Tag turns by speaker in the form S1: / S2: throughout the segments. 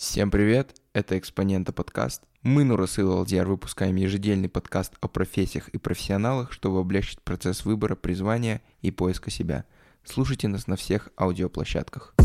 S1: Всем привет, это «Экспонента» подкаст. Мы, Нурас и Алдияр, выпускаем ежедельный подкаст о профессиях и профессионалах, чтобы облегчить процесс выбора, призвания и поиска себя. Слушайте нас на всех аудиоплощадках.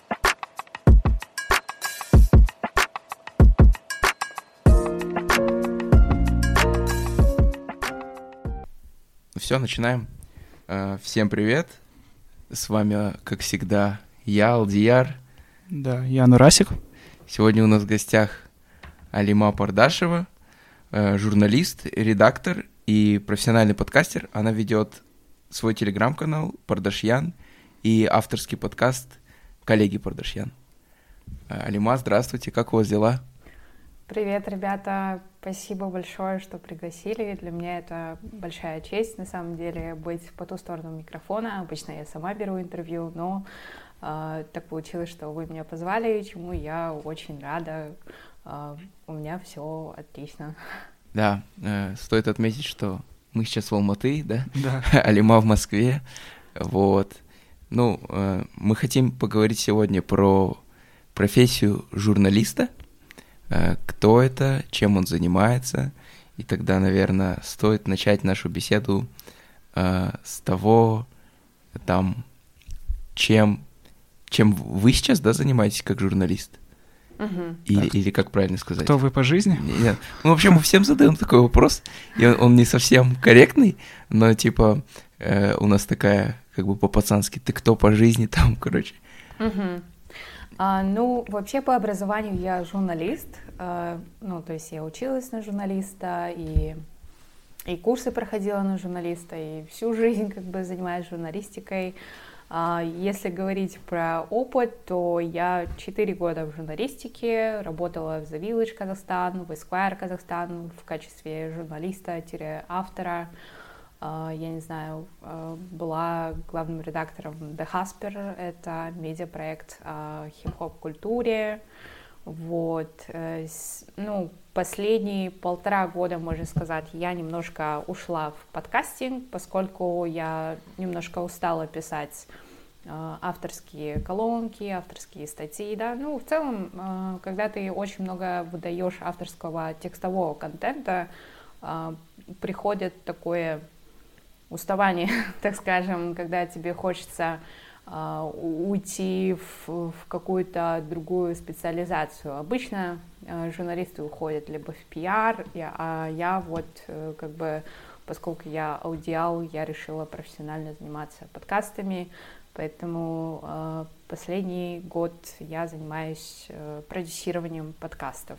S1: Все, начинаем. Всем привет. С вами, как всегда, я, Алдияр.
S2: Да, я Нурасик.
S1: Сегодня у нас в гостях Алима Пардашева, журналист, редактор и профессиональный подкастер. Она ведет свой телеграм-канал «Пардашьян» и авторский подкаст «Коллеги Пардашьян». Алима, здравствуйте, как у вас дела?
S3: Привет, ребята, спасибо большое, что пригласили. Для меня это большая честь, на самом деле, быть по ту сторону микрофона. Обычно я сама беру интервью, но так получилось, что вы меня позвали, чему я очень рада. У меня все отлично.
S1: Да, стоит отметить, что мы сейчас в Алматы, да?
S2: Да.
S1: Алима в Москве. Вот. Мы хотим поговорить сегодня про профессию журналиста. Кто это, чем он занимается. И тогда, наверное, стоит начать нашу беседу с того, чем вы сейчас, да, занимаетесь как журналист? Или как правильно сказать?
S2: Кто вы по жизни?
S1: Нет. Ну, вообще, мы всем задаем такой вопрос, и он не совсем корректный, но, у нас такая, как бы по-пацански, ты кто по жизни там, короче.
S3: Вообще по образованию я журналист, то есть я училась на журналиста, и курсы проходила на журналиста, и всю жизнь как бы занимаюсь журналистикой. Если говорить про опыт, то я 4 года в журналистике, работала в The Village Казахстан, в Esquire Казахстан в качестве журналиста-автора. Была главным редактором The Hasper, это медиапроект о хип-хоп-культуре. Последние 1,5 года, можно сказать, я немножко ушла в подкастинг, поскольку я немножко устала писать авторские колонки, авторские статьи, да. В целом, когда ты очень много выдаешь авторского текстового контента, приходит такое уставание, так скажем, когда тебе хочется уйти в какую-то другую специализацию. Обычно журналисты уходят либо в пиар, поскольку я аудиал, я решила профессионально заниматься подкастами, поэтому последний год я занимаюсь продюсированием подкастов.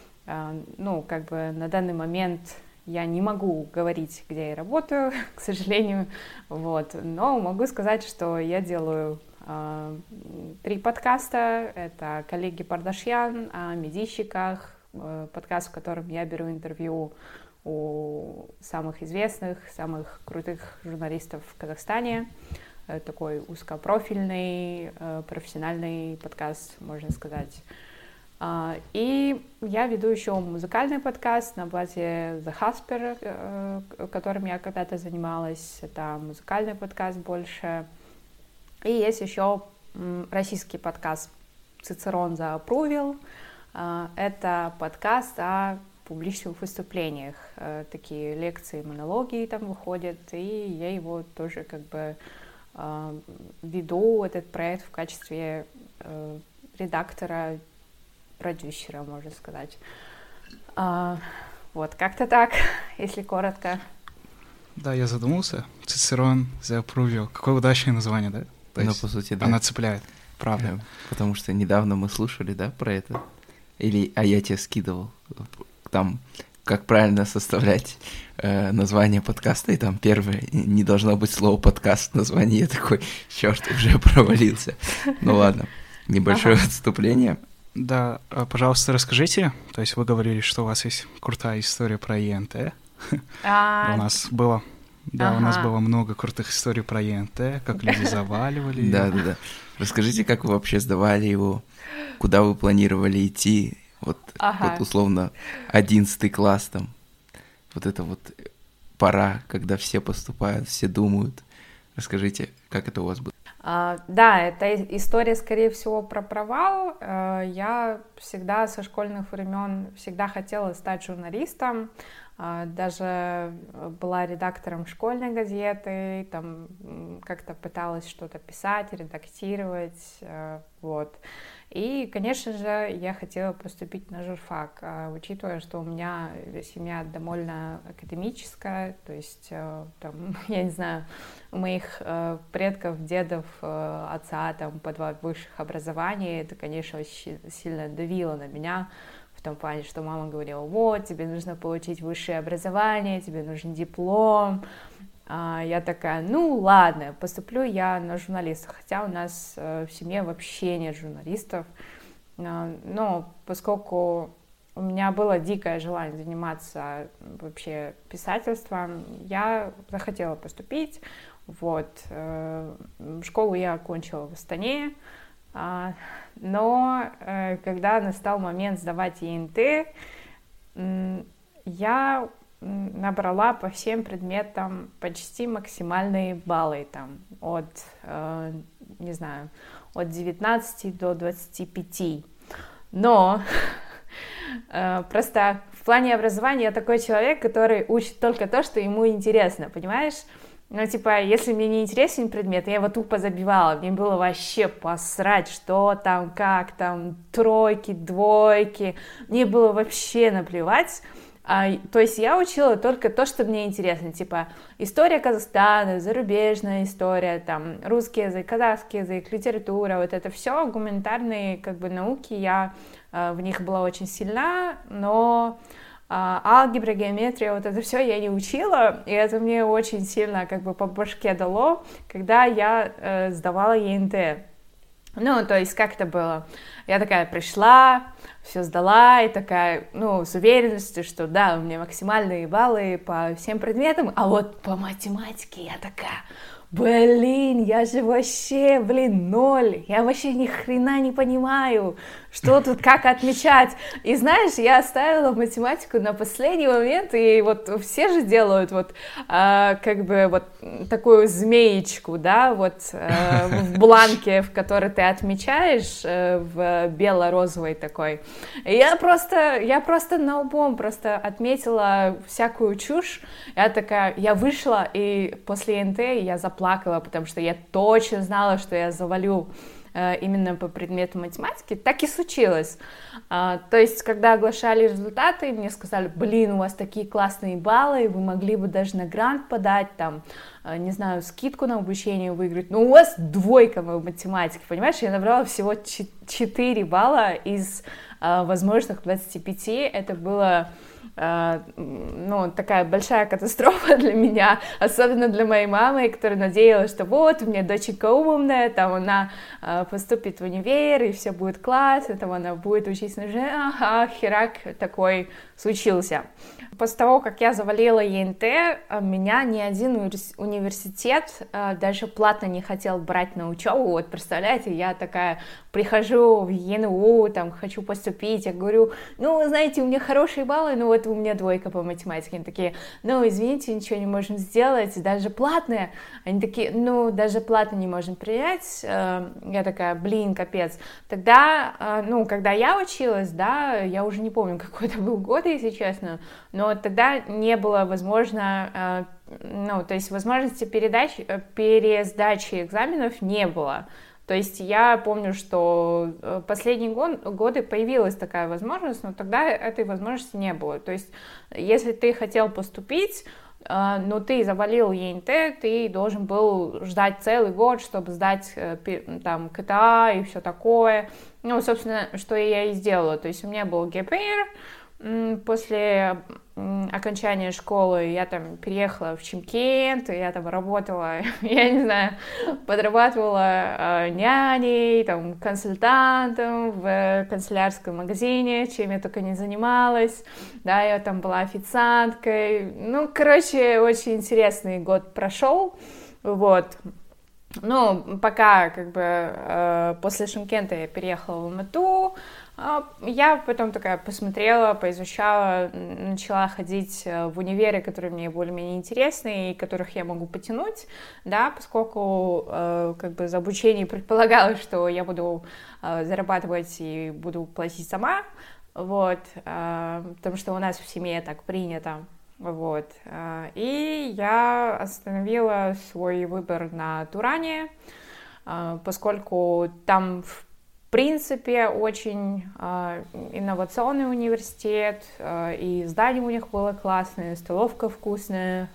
S3: На данный момент я не могу говорить, где я работаю, к сожалению, но могу сказать, что я делаю 3 подкаста. Это «Коллеги Пардашьян» о медийщиках, подкаст, в котором я беру интервью у самых известных, самых крутых журналистов в Казахстане. Такой узкопрофильный, профессиональный подкаст, можно сказать. И я веду еще музыкальный подкаст на базе The Hasper, которым я когда-то занималась. Это музыкальный подкаст больше. И есть еще российский подкаст «Цицерон заапрувил». Это подкаст о публичных выступлениях. Такие лекции, монологи там выходят. И я его тоже веду, этот проект, в качестве редактора, продюсера, можно сказать. Как-то так, если коротко.
S2: Да, я задумался. Цицерон заапрувил. Какое удачное название, да?
S1: По сути, да.
S2: Она цепляет, правда.
S1: Да, потому что недавно мы слушали, да, про это? Я тебе скидывал. Там, как правильно составлять название подкаста, и там первое, не должно быть слово «подкаст» в названии. Я такой, чёрт, уже провалился. Ну ладно, небольшое отступление.
S2: Да, пожалуйста, расскажите. То есть вы говорили, что у вас есть крутая история про ЕНТ. У нас было много крутых историй про ЕНТ, как люди заваливали.
S1: Да. Расскажите, как вы вообще сдавали его, куда вы планировали идти, условно 11 класс там. Это пора, когда все поступают, все думают. Расскажите, как это у вас было?
S3: Да, это история, скорее всего, про провал. Я всегда со школьных времен всегда хотела стать журналистом. Даже была редактором школьной газеты, там как-то пыталась что-то писать, редактировать, вот. И, конечно же, я хотела поступить на журфак, учитывая, что у меня семья довольно академическая, то есть, там, я не знаю, у моих предков, дедов, отца, там, по 2 высших образования, это, конечно, очень сильно давило на меня, в том плане, что мама говорила: вот, тебе нужно получить высшее образование, тебе нужен диплом. Я такая: ну ладно, поступлю я на журналиста, хотя у нас в семье вообще нет журналистов, но поскольку у меня было дикое желание заниматься вообще писательством, я захотела поступить, вот. Школу я окончила в Астане, но когда настал момент сдавать ЕНТ, я набрала по всем предметам почти максимальные баллы, там, от, не знаю, от 19 до 25. Но просто в плане образования я такой человек, который учит только то, что ему интересно, понимаешь? Ну, типа, если мне не интересен предмет, я его тупо забивала, мне было вообще посрать, что там, как там, тройки, двойки, мне было вообще наплевать. То есть я учила только то, что мне интересно, типа история Казахстана, зарубежная история, там русский язык, казахский язык, литература, вот это все гуманитарные как бы науки, я в них была очень сильна, но алгебра, геометрия, вот это все я не учила, и это мне очень сильно как бы по башке дало, когда я сдавала ЕНТ. Ну, то есть как это было? Я такая пришла, все сдала, и такая, ну, с уверенностью, что да, у меня максимальные баллы по всем предметам, а вот по математике я такая: блин, я же вообще, 0, я вообще ни хрена не понимаю, что тут, как отмечать. И знаешь, я оставила математику на последний момент, и вот все же делают вот как бы вот такую змеечку, да, вот в бланке, в который ты отмечаешь, в бело-розовой такой. И я просто наобум просто отметила всякую чушь. Я такая, я вышла, и после НТ я заплакала, потому что я точно знала, что я завалю именно по предмету математики. Так и случилось. То есть, когда оглашали результаты, мне сказали: блин, у вас такие классные баллы, вы могли бы даже на грант подать, там, не знаю, скидку на обучение выиграть, но у вас 2 в математике, понимаешь? Я набрала всего 4 балла из возможных 25, это было... ну, такая большая катастрофа для меня, особенно для моей мамы, которая надеялась, что вот, у меня доченька умная, там она поступит в универ, и все будет классно, там она будет учиться, ага, херак такой случился. После того, как я завалила ЕНТ, меня ни один университет даже платно не хотел брать на учебу. Вот представляете, я такая прихожу в ЕНУ, там хочу поступить, я говорю: ну, вы знаете, у меня хорошие баллы, но вот у меня 2 по математике. Они такие: ну, извините, ничего не можем сделать, даже платное. Они такие: ну, даже платно не можем принять. Я такая: блин, капец. Тогда, ну, когда я училась, да, я уже не помню, какой это был год, если честно, но тогда не было возможно, ну, то есть возможности пересдачи экзаменов не было. То есть я помню, что последние годы появилась такая возможность, но тогда этой возможности не было. То есть если ты хотел поступить, но ты завалил ЕНТ, ты должен был ждать целый год, чтобы сдать там КТА и все такое. Ну, собственно, что я и сделала. То есть у меня был gap year. После окончания школы я там переехала в Чимкент, я там работала, я не знаю, подрабатывала няней, там, консультантом в канцелярском магазине, чем я только не занималась, да, я там была официанткой, ну, короче, очень интересный год прошел, вот. Ну, пока, как бы, после Шымкента я переехала в Алмату, я потом такая посмотрела, поизучала, начала ходить в универы, которые мне более-менее интересны и которых я могу потянуть, да, поскольку, как бы, за обучение предполагалось, что я буду зарабатывать и буду платить сама, вот, потому что у нас в семье так принято. Вот. И я остановила свой выбор на Туране, поскольку там, в принципе, очень инновационный университет, и здание у них было классное, столовка вкусная,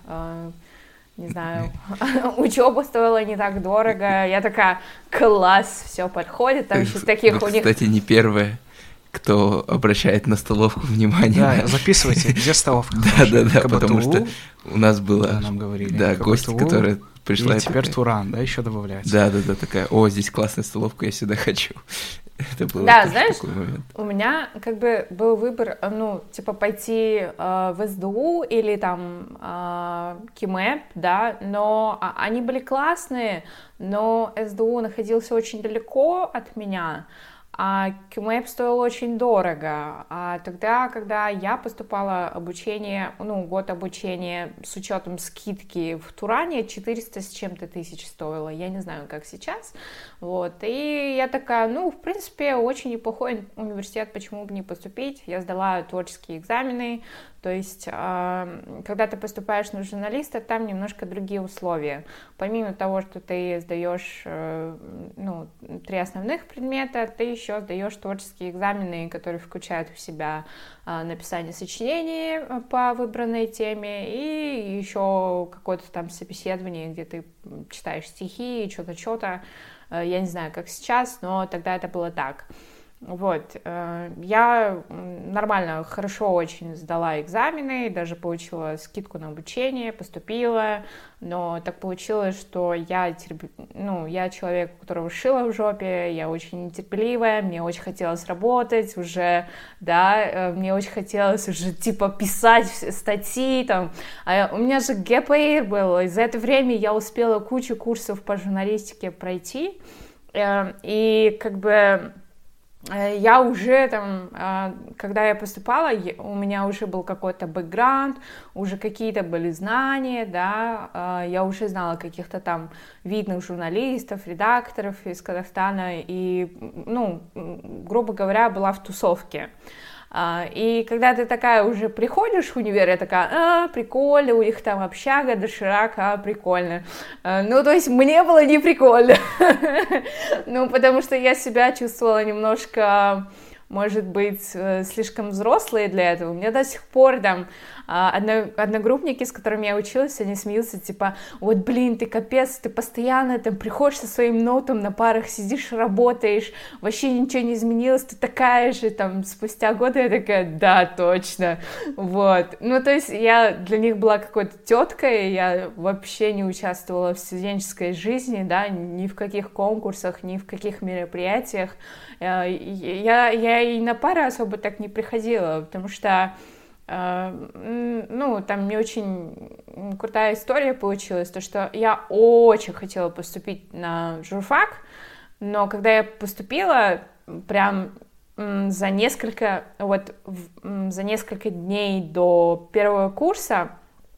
S3: не знаю, учеба стоила не так дорого. Я такая, класс, все подходит, там еще таких у них...
S1: Кстати, не первая, кто обращает на столовку внимание.
S2: Да, записывайте, где столовка.
S1: Да, потому что у нас была,
S2: нам говорили,
S1: да, гость, которая пришла.
S2: И теперь Туран, да, еще добавляется.
S1: Да, такая, о, здесь классная столовка, я сюда хочу. Это было
S3: да, знаешь,
S1: такой момент.
S3: У меня как бы был выбор, ну, типа пойти в СДУ или там КИМЭП, да, но они были классные, но СДУ находился очень далеко от меня, а КИМЭП стоил очень дорого. А тогда, когда я поступала обучение, ну, год обучения с учетом скидки в Туране, 400 с чем-то тысяч стоило. Я не знаю, как сейчас. Вот. И я такая, ну, в принципе, очень неплохой университет, почему бы не поступить? Я сдала творческие экзамены. То есть, когда ты поступаешь на журналиста, там немножко другие условия. Помимо того, что ты сдаешь, ну, 3 основных предмета, ты еще сдаешь творческие экзамены, которые включают в себя написание сочинений по выбранной теме и еще какое-то там собеседование, где ты читаешь стихи, что-то. Я не знаю, как сейчас, но тогда это было так. Вот, я нормально, хорошо очень сдала экзамены, даже получила скидку на обучение, поступила, но так получилось, что я человек, у которого шило в жопе, я очень нетерпеливая, мне очень хотелось работать уже, да, мне очень хотелось уже, типа, писать статьи, там, у меня же ГПР был, и за это время я успела кучу курсов по журналистике пройти, и, как бы, я уже там, когда я поступала, у меня уже был какой-то бэкграунд, уже какие-то были знания, да, я уже знала каких-то там видных журналистов, редакторов из Казахстана и, ну, грубо говоря, была в тусовке. И когда ты такая уже приходишь в универ, я такая, прикольно, у них там общага, доширак, прикольно. Ну, то есть мне было не прикольно, ну, потому что я себя чувствовала немножко, может быть, слишком взрослой для этого. У меня до сих пор там одногруппники, с которыми я училась, они смеются, типа, вот, блин, ты капец, ты постоянно там приходишь со своим ноутом на парах, сидишь, работаешь, вообще ничего не изменилось, ты такая же, там, спустя годы я такая, да, точно, вот. Ну, то есть я для них была какой-то теткой, я вообще не участвовала в студенческой жизни, да, ни в каких конкурсах, ни в каких мероприятиях. Я и на пары особо так не приходила, потому что ну, там не очень крутая история получилась, то что я очень хотела поступить на журфак, но когда я поступила, прям за несколько дней до первого курса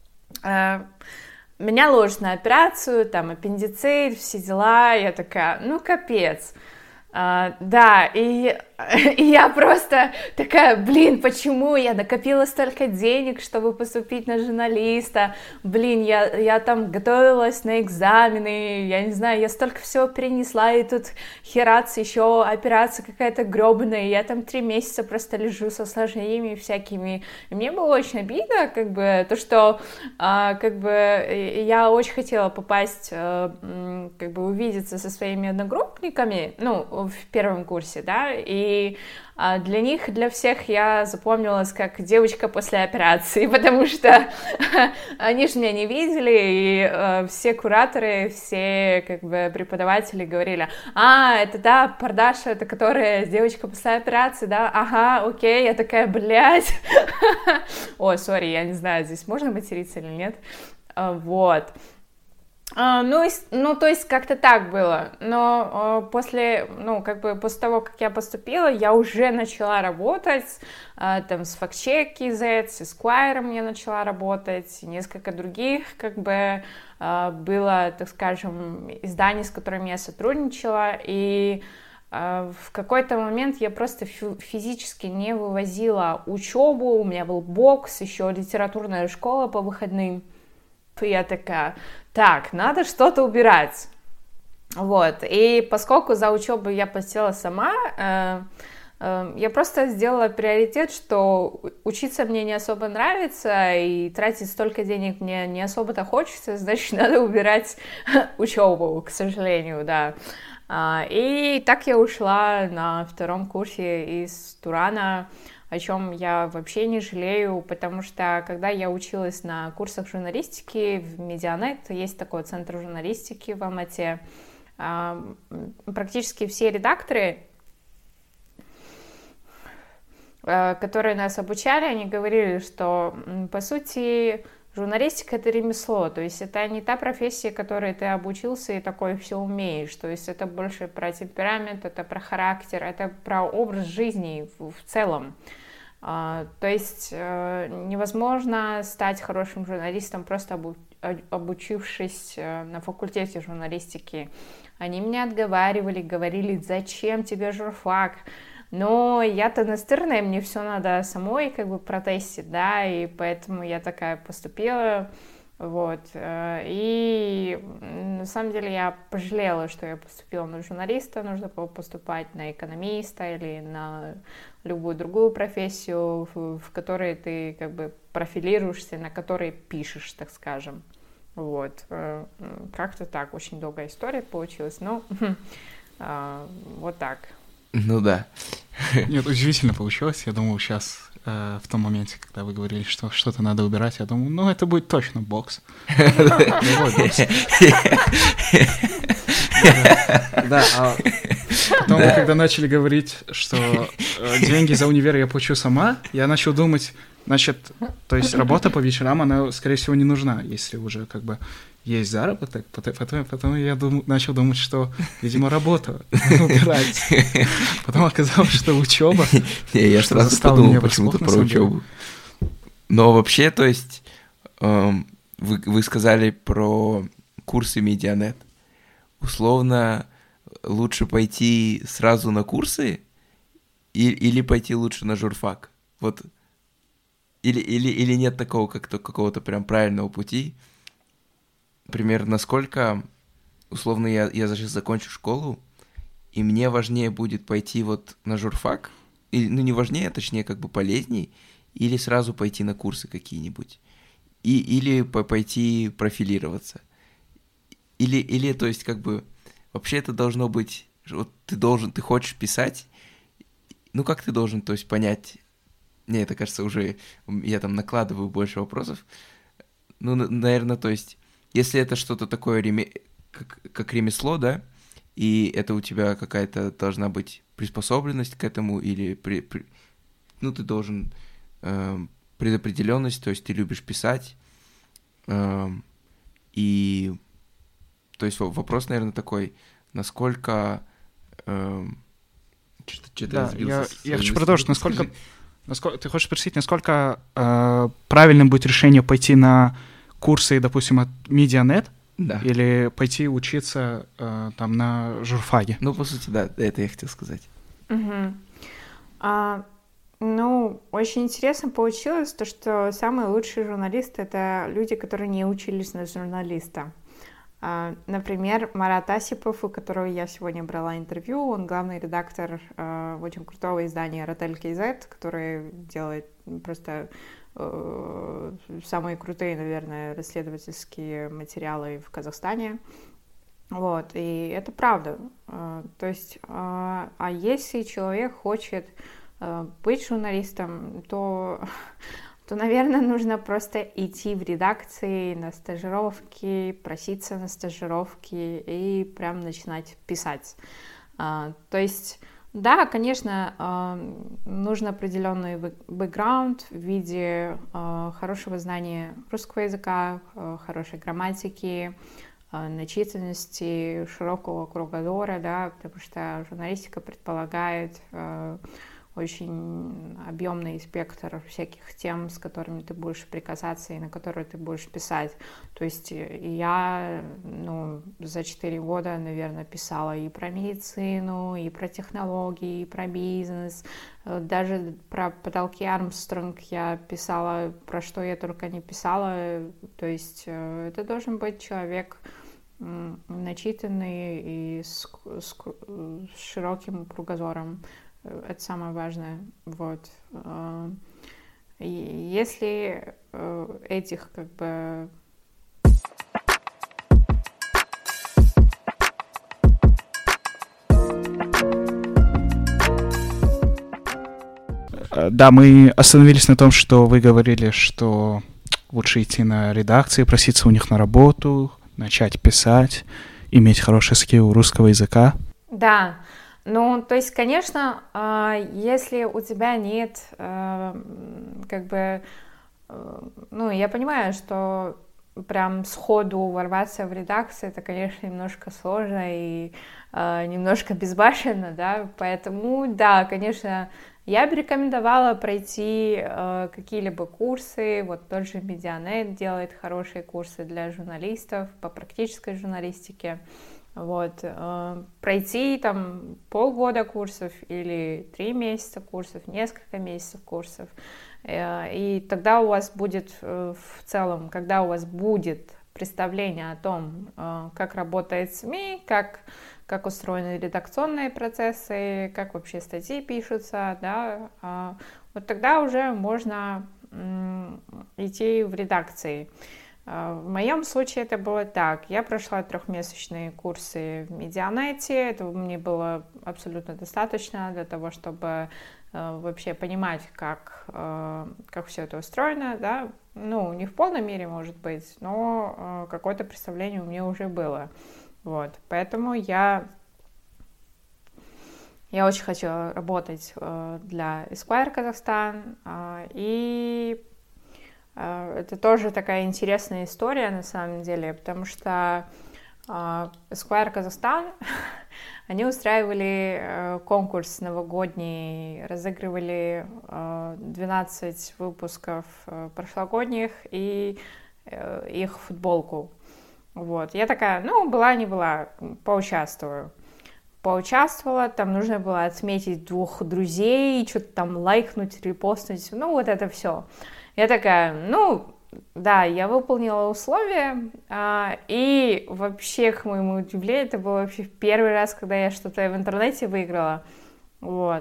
S3: меня ложат на операцию, там аппендицит, все дела, я такая, ну капец. Да, и я просто такая, блин, почему я накопила столько денег, чтобы поступить на журналиста, блин, я там готовилась на экзамены, я не знаю, я столько всего перенесла, и тут херац, еще операция какая-то гребаная, и я там 3 месяца просто лежу с осложнениями всякими, и мне было очень обидно, как бы, то, что, как бы, я очень хотела попасть, как бы, увидеться со своими одногруппниками, ну, в первом курсе, да, и для них, для всех я запомнилась как девочка после операции, потому что они же меня не видели, и все кураторы, все, как бы, преподаватели говорили, это да, Пардаша, это которая девочка после операции, да, ага, окей, я такая, блядь, о, сори, я не знаю, здесь можно материться или нет, вот. То есть как-то так было, но после того, как я поступила, я уже начала работать, там, с FactCheck.kz, с Esquire я начала работать, несколько других, было, так скажем, изданий, с которыми я сотрудничала, и в какой-то момент я просто физически не вывозила учебу, у меня был бокс, еще литературная школа по выходным, и я такая, так, надо что-то убирать, вот, и поскольку за учебу я платила сама, я просто сделала приоритет, что учиться мне не особо нравится, и тратить столько денег мне не особо-то хочется, значит, надо убирать учебу, к сожалению, да. И так я ушла на втором курсе из Турана, о чем я вообще не жалею, потому что когда я училась на курсах журналистики в Медианет, есть такой центр журналистики в Алмате, практически все редакторы, которые нас обучали, они говорили, что, по сути, журналистика — это ремесло, то есть это не та профессия, которой ты обучился и такое все умеешь, то есть это больше про темперамент, это про характер, это про образ жизни в целом. То есть невозможно стать хорошим журналистом, просто обучившись на факультете журналистики. Они меня отговаривали, говорили, зачем тебе журфак? Но я-то настырная, мне все надо самой протестить, да, и поэтому я такая поступила, вот, и на самом деле я пожалела, что я поступила на журналиста, нужно было поступать на экономиста или на любую другую профессию, в которой ты профилируешься, на которой пишешь, так скажем, вот, как-то так, очень долгая история получилась, но вот так.
S1: Ну да.
S2: Нет, удивительно получилось. Я думал, сейчас, в том моменте, когда вы говорили, что что-то надо убирать, я думал, это будет точно бокс. Да, а потом, когда начали говорить, что деньги за универ я плачу сама, я начал думать, значит, то есть работа по вечерам, она, скорее всего, не нужна, если уже есть заработок, потом я начал думать, что, видимо, работа убирать. Потом оказалось, что учеба.
S1: Я сразу подумал почему-то про учебу. Но вообще, то есть, вы сказали про курсы Медианет. Условно, лучше пойти сразу на курсы или пойти лучше на журфак? Вот. Или нет такого какого-то прям правильного пути? Например, насколько, условно, я сейчас закончу школу, и мне важнее будет пойти вот на журфак, не важнее, а точнее полезней, или сразу пойти на курсы какие-нибудь, или пойти профилироваться. Или, то есть, вообще это должно быть, вот ты хочешь писать, как ты должен, то есть, понять, мне это кажется уже, я там накладываю больше вопросов, наверное, то есть, если это что-то такое, как ремесло, да, и это у тебя какая-то должна быть приспособленность к этому, или ты должен предопределенность, то есть ты любишь писать, и то есть вопрос, наверное, такой, насколько
S2: да, я хочу продолжить, насколько ты хочешь спросить, насколько правильным будет решение пойти на курсы, допустим, от Медианет,
S1: да,
S2: или пойти учиться там на журфаге?
S1: По сути, да, это я хотел сказать.
S3: Угу. Очень интересно получилось то, что самые лучшие журналисты — это люди, которые не учились на журналиста. Например, Марат Асипов, у которого я сегодня брала интервью, он главный редактор очень крутого издания Ротель.kz, который делает просто самые крутые, наверное, расследовательские материалы в Казахстане. Вот, и это правда. То есть, если человек хочет быть журналистом, то, наверное, нужно просто идти в редакции на стажировки, проситься на стажировки и прям начинать писать. То есть, да, конечно, нужен определенный бэкграунд в виде хорошего знания русского языка, хорошей грамматики, начитанности, широкого кругозора, да, потому что журналистика предполагает очень объемный спектр всяких тем, с которыми ты будешь прикасаться и на которые ты будешь писать. То есть я за 4 года, наверное, писала и про медицину, и про технологии, и про бизнес. Даже про потолки Армстронг я писала, про что я только не писала. То есть это должен быть человек начитанный и с широким кругозором. Это самое важное. Вот. И если этих как бы...
S2: Да, мы остановились на том, что вы говорили, что лучше идти на редакции, проситься у них на работу, начать писать, иметь хороший скилл русского языка.
S3: Да. Ну, то есть, конечно, если у тебя нет, как бы, я понимаю, что прям сходу ворваться в редакцию, это, конечно, немножко сложно и немножко безбашенно, да, поэтому, да, конечно, я бы рекомендовала пройти какие-либо курсы, вот тот же Медианет делает хорошие курсы для журналистов по практической журналистике. Вот, пройти там полгода курсов или 3 месяца курсов, несколько месяцев курсов, и тогда у вас будет в целом, когда у вас будет представление о том, как работает СМИ, как устроены редакционные процессы, как вообще статьи пишутся, да, вот тогда уже можно идти в редакции. В моем случае это было так. Я прошла 3-месячные курсы в Медианете. Этого мне было абсолютно достаточно для того, чтобы вообще понимать, как все это устроено. Да? Не в полной мере, может быть, но какое-то представление у меня уже было. Вот. Поэтому я очень хочу работать для Esquire Казахстан. И это тоже такая интересная история, на самом деле, потому что Esquire Казахстан, они устраивали конкурс новогодний, разыгрывали 12 выпусков прошлогодних и их футболку. Вот. Я такая, была, не была, поучаствовала, там нужно было отметить 2 друзей, что-то там лайкнуть, репостнуть, вот это все. Я такая, да, я выполнила условия, и вообще, к моему удивлению, это был вообще первый раз, когда я что-то в интернете выиграла, вот.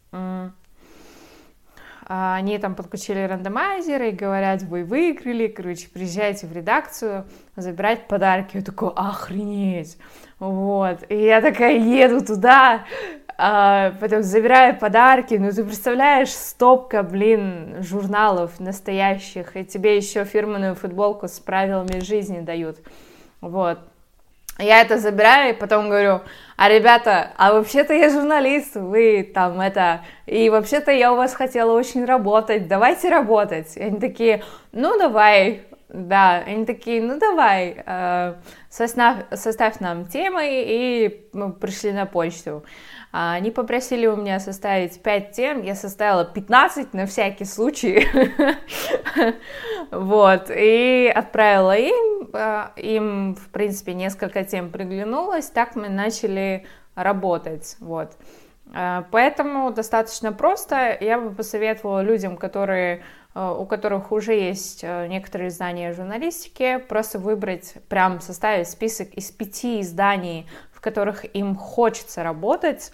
S3: Они там подключили рандомайзер и говорят, вы выиграли, приезжайте в редакцию забирать подарки. Я такой, охренеть, вот. И я такая еду туда, потом забираю подарки, ты представляешь, стопка, журналов настоящих, и тебе еще фирменную футболку с правилами жизни дают, вот. Я это забираю и потом говорю, ребята, вообще-то я журналист, вы там и вообще-то я у вас хотела очень работать, давайте работать. И они такие, давай, да, они такие, давай, составь нам темы, и мы пришли на почту. Они попросили у меня составить 5 тем, я составила 15 на всякий случай, вот, и отправила им, в принципе, несколько тем приглянулось, так мы начали работать, вот. Поэтому достаточно просто, я бы посоветовала людям, у которых уже есть некоторые издания журналистики, просто выбрать, прям составить список из 5 изданий, в которых им хочется работать,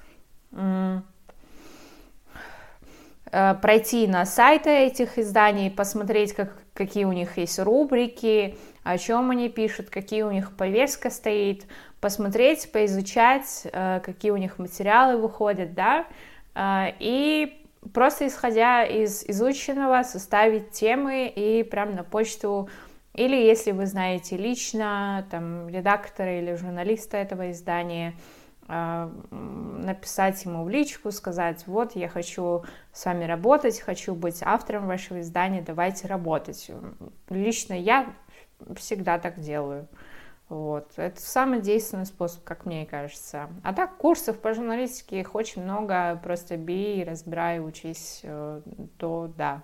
S3: пройти на сайты этих изданий, посмотреть, какие у них есть рубрики, о чем они пишут, какие у них повестка стоит, посмотреть, поизучать, какие у них материалы выходят, да, и просто исходя из изученного составить темы и прям на почту, или если вы знаете лично, там, редактора или журналиста этого издания, написать ему в личку, сказать, вот, я хочу с вами работать, хочу быть автором вашего издания, давайте работать. Лично я всегда так делаю. Вот. Это самый действенный способ, как мне кажется. А так, курсов по журналистике их очень много. Просто бери, разбирай, учись, то да.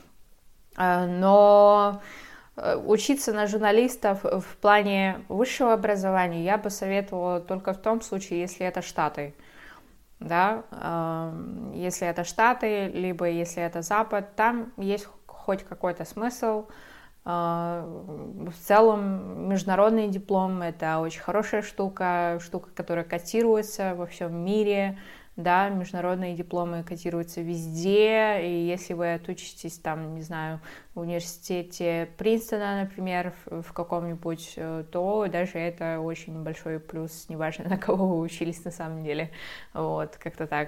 S3: Но учиться на журналистов в плане высшего образования я бы советовала только в том случае, если это Штаты. Да? Если это Штаты, либо если это Запад, там есть хоть какой-то смысл. В целом международный диплом — это очень хорошая штука, которая котируется во всем мире, да, международные дипломы котируются везде, и если вы отучитесь там, не знаю, в университете Принстона, например, в каком-нибудь, то даже это очень большой плюс, неважно, на кого вы учились на самом деле, вот, как-то так.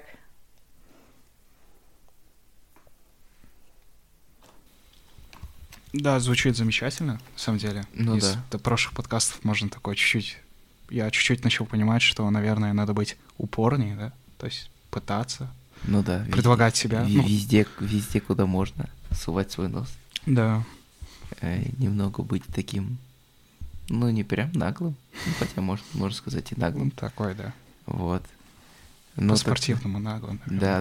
S2: Да, звучит замечательно, на самом деле.
S1: Ну
S2: Из прошлых подкастов можно такое чуть-чуть... Я чуть-чуть начал понимать, что, наверное, надо быть упорнее, да? То есть пытаться.
S1: Ну да.
S2: Предлагать себя.
S1: Везде, куда можно, сувать свой нос.
S2: Да.
S1: Немного быть таким, ну, не прям наглым, хотя можно сказать и наглым.
S2: Такой, да.
S1: Вот.
S2: По-спортивному наглым.
S1: Да.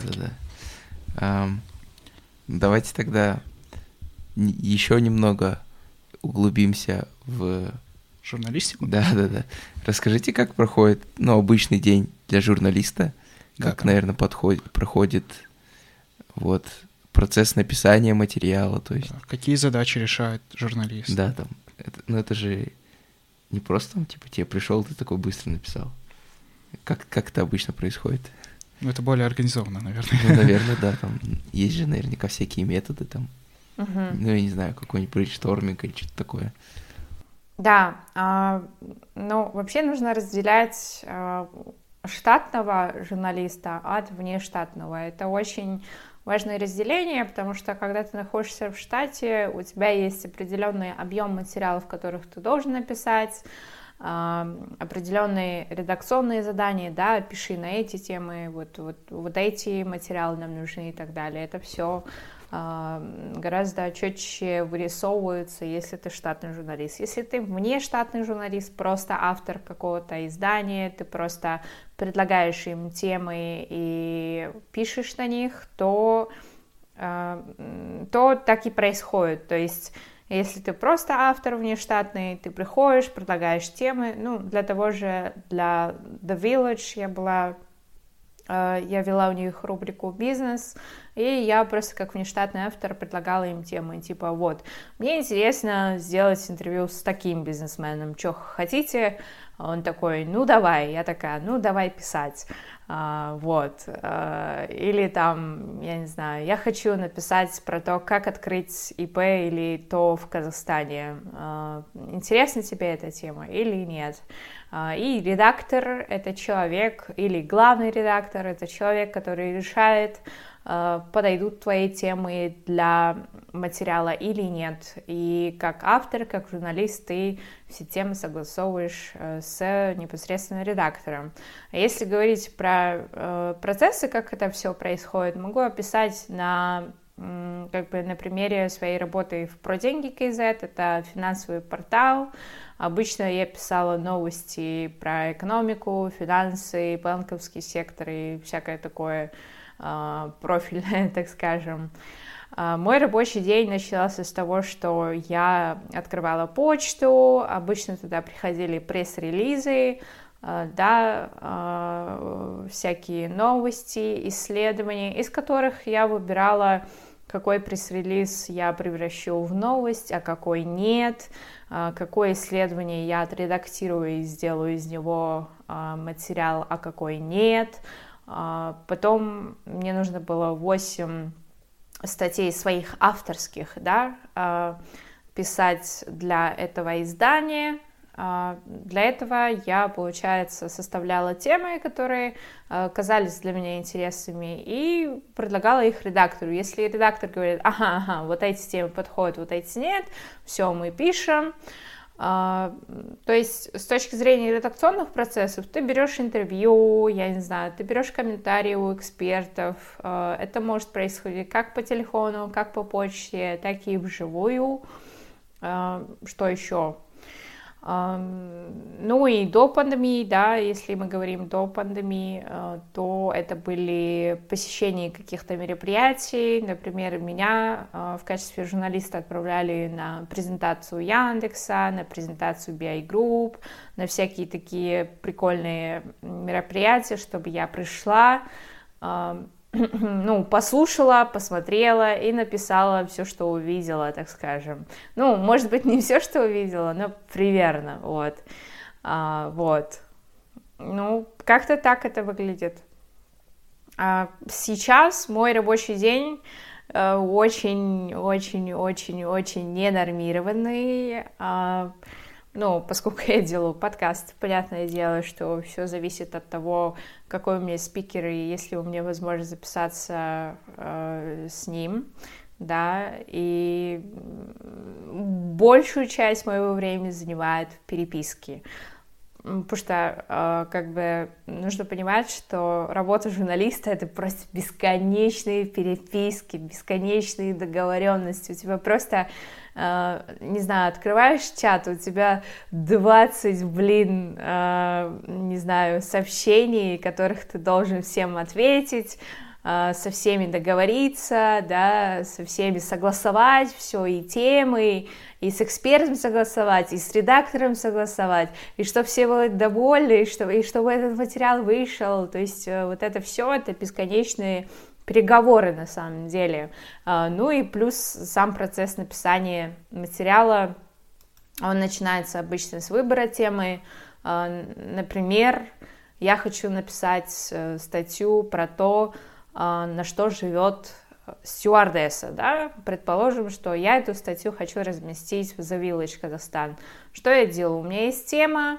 S1: Давайте тогда еще немного углубимся в
S2: журналистику?
S1: Да. Расскажите, как проходит, обычный день для журналиста, как, наверное, проходит вот процесс написания материала, то есть...
S2: Какие задачи решает журналист?
S1: Да, там, это же не просто там, типа, тебе пришел, ты такой быстро написал. Как это обычно происходит?
S2: Это более организованно, наверное.
S1: Наверное, да, там есть же наверняка всякие методы там. Я не знаю, какой-нибудь брейншторминг или что-то такое.
S3: Да, вообще нужно разделять штатного журналиста от внештатного. Это очень важное разделение, потому что когда ты находишься в штате, у тебя есть определенный объем материалов, которых ты должен написать, определенные редакционные задания, да, пиши на эти темы, вот эти материалы нам нужны и так далее. Это все гораздо четче вырисовывается, если ты штатный журналист. Если ты внештатный журналист, просто автор какого-то издания, ты просто предлагаешь им темы и пишешь на них, то так и происходит. То есть, если ты просто автор внештатный, ты приходишь, предлагаешь темы, для того же, для The Village я вела у них рубрику «Бизнес», и я просто как внештатный автор предлагала им темы, типа, мне интересно сделать интервью с таким бизнесменом, что хотите? Он такой, давай. Я такая, давай писать. Или там, я не знаю, я хочу написать про то, как открыть ИП или ТО в Казахстане. Интересна тебе эта тема или нет? И редактор — это человек, или главный редактор — это человек, который решает, подойдут твои темы для материала или нет. И как автор, как журналист, ты все темы согласовываешь с непосредственно редактором. А если говорить про процессы, как это все происходит, могу описать на примере своей работы в ProDenьги.kz. Это финансовый портал. Обычно я писала новости про экономику, финансы, банковский сектор и всякое такое профильное, так скажем. Мой рабочий день начался с того, что я открывала почту, обычно туда приходили пресс-релизы, всякие новости, исследования, из которых я выбирала, какой пресс-релиз я превращу в новость, а какой нет, какое исследование я отредактирую и сделаю из него материал, а какой нет. Потом мне нужно было 8 статей своих авторских, писать для этого издания. Для этого я, получается, составляла темы, которые казались для меня интересными, и предлагала их редактору. Если редактор говорит, вот эти темы подходят, вот эти нет, все, мы пишем. То есть с точки зрения редакционных процессов ты берешь интервью, я не знаю, ты берешь комментарии у экспертов. Это может происходить как по телефону, как по почте, так и вживую. Что еще? Ну и до пандемии, да, если мы говорим до пандемии, то это были посещения каких-то мероприятий. Например, меня в качестве журналиста отправляли на презентацию Яндекса, на презентацию BI Group, на всякие такие прикольные мероприятия, чтобы я пришла, ну, послушала, посмотрела и написала все, что увидела, так скажем. Ну, может быть, не все, что увидела, но примерно, вот. Вот. Ну, как-то так это выглядит. Сейчас мой рабочий день очень-очень-очень-очень ненормированный. Ну, поскольку я делаю подкаст, понятное дело, что все зависит от того, какой у меня спикер, и есть ли у меня возможность записаться с ним, да, и большую часть моего времени занимает переписки, потому что, как бы, нужно понимать, что работа журналиста — это просто бесконечные переписки, бесконечные договоренности, у тебя просто... не знаю, открываешь чат, у тебя 20, не знаю, сообщений, которых ты должен всем ответить, со всеми договориться, да, со всеми согласовать все, и темы, и с экспертом согласовать, и с редактором согласовать, и чтобы все были довольны, и чтобы этот материал вышел, то есть вот это все, это бесконечные переговоры на самом деле. Ну и плюс сам процесс написания материала, он начинается обычно с выбора темы. Например, я хочу написать статью про то, на что живет стюардесса, да? Предположим, что я эту статью хочу разместить в The Village Казахстан. Что я делаю? У меня есть тема,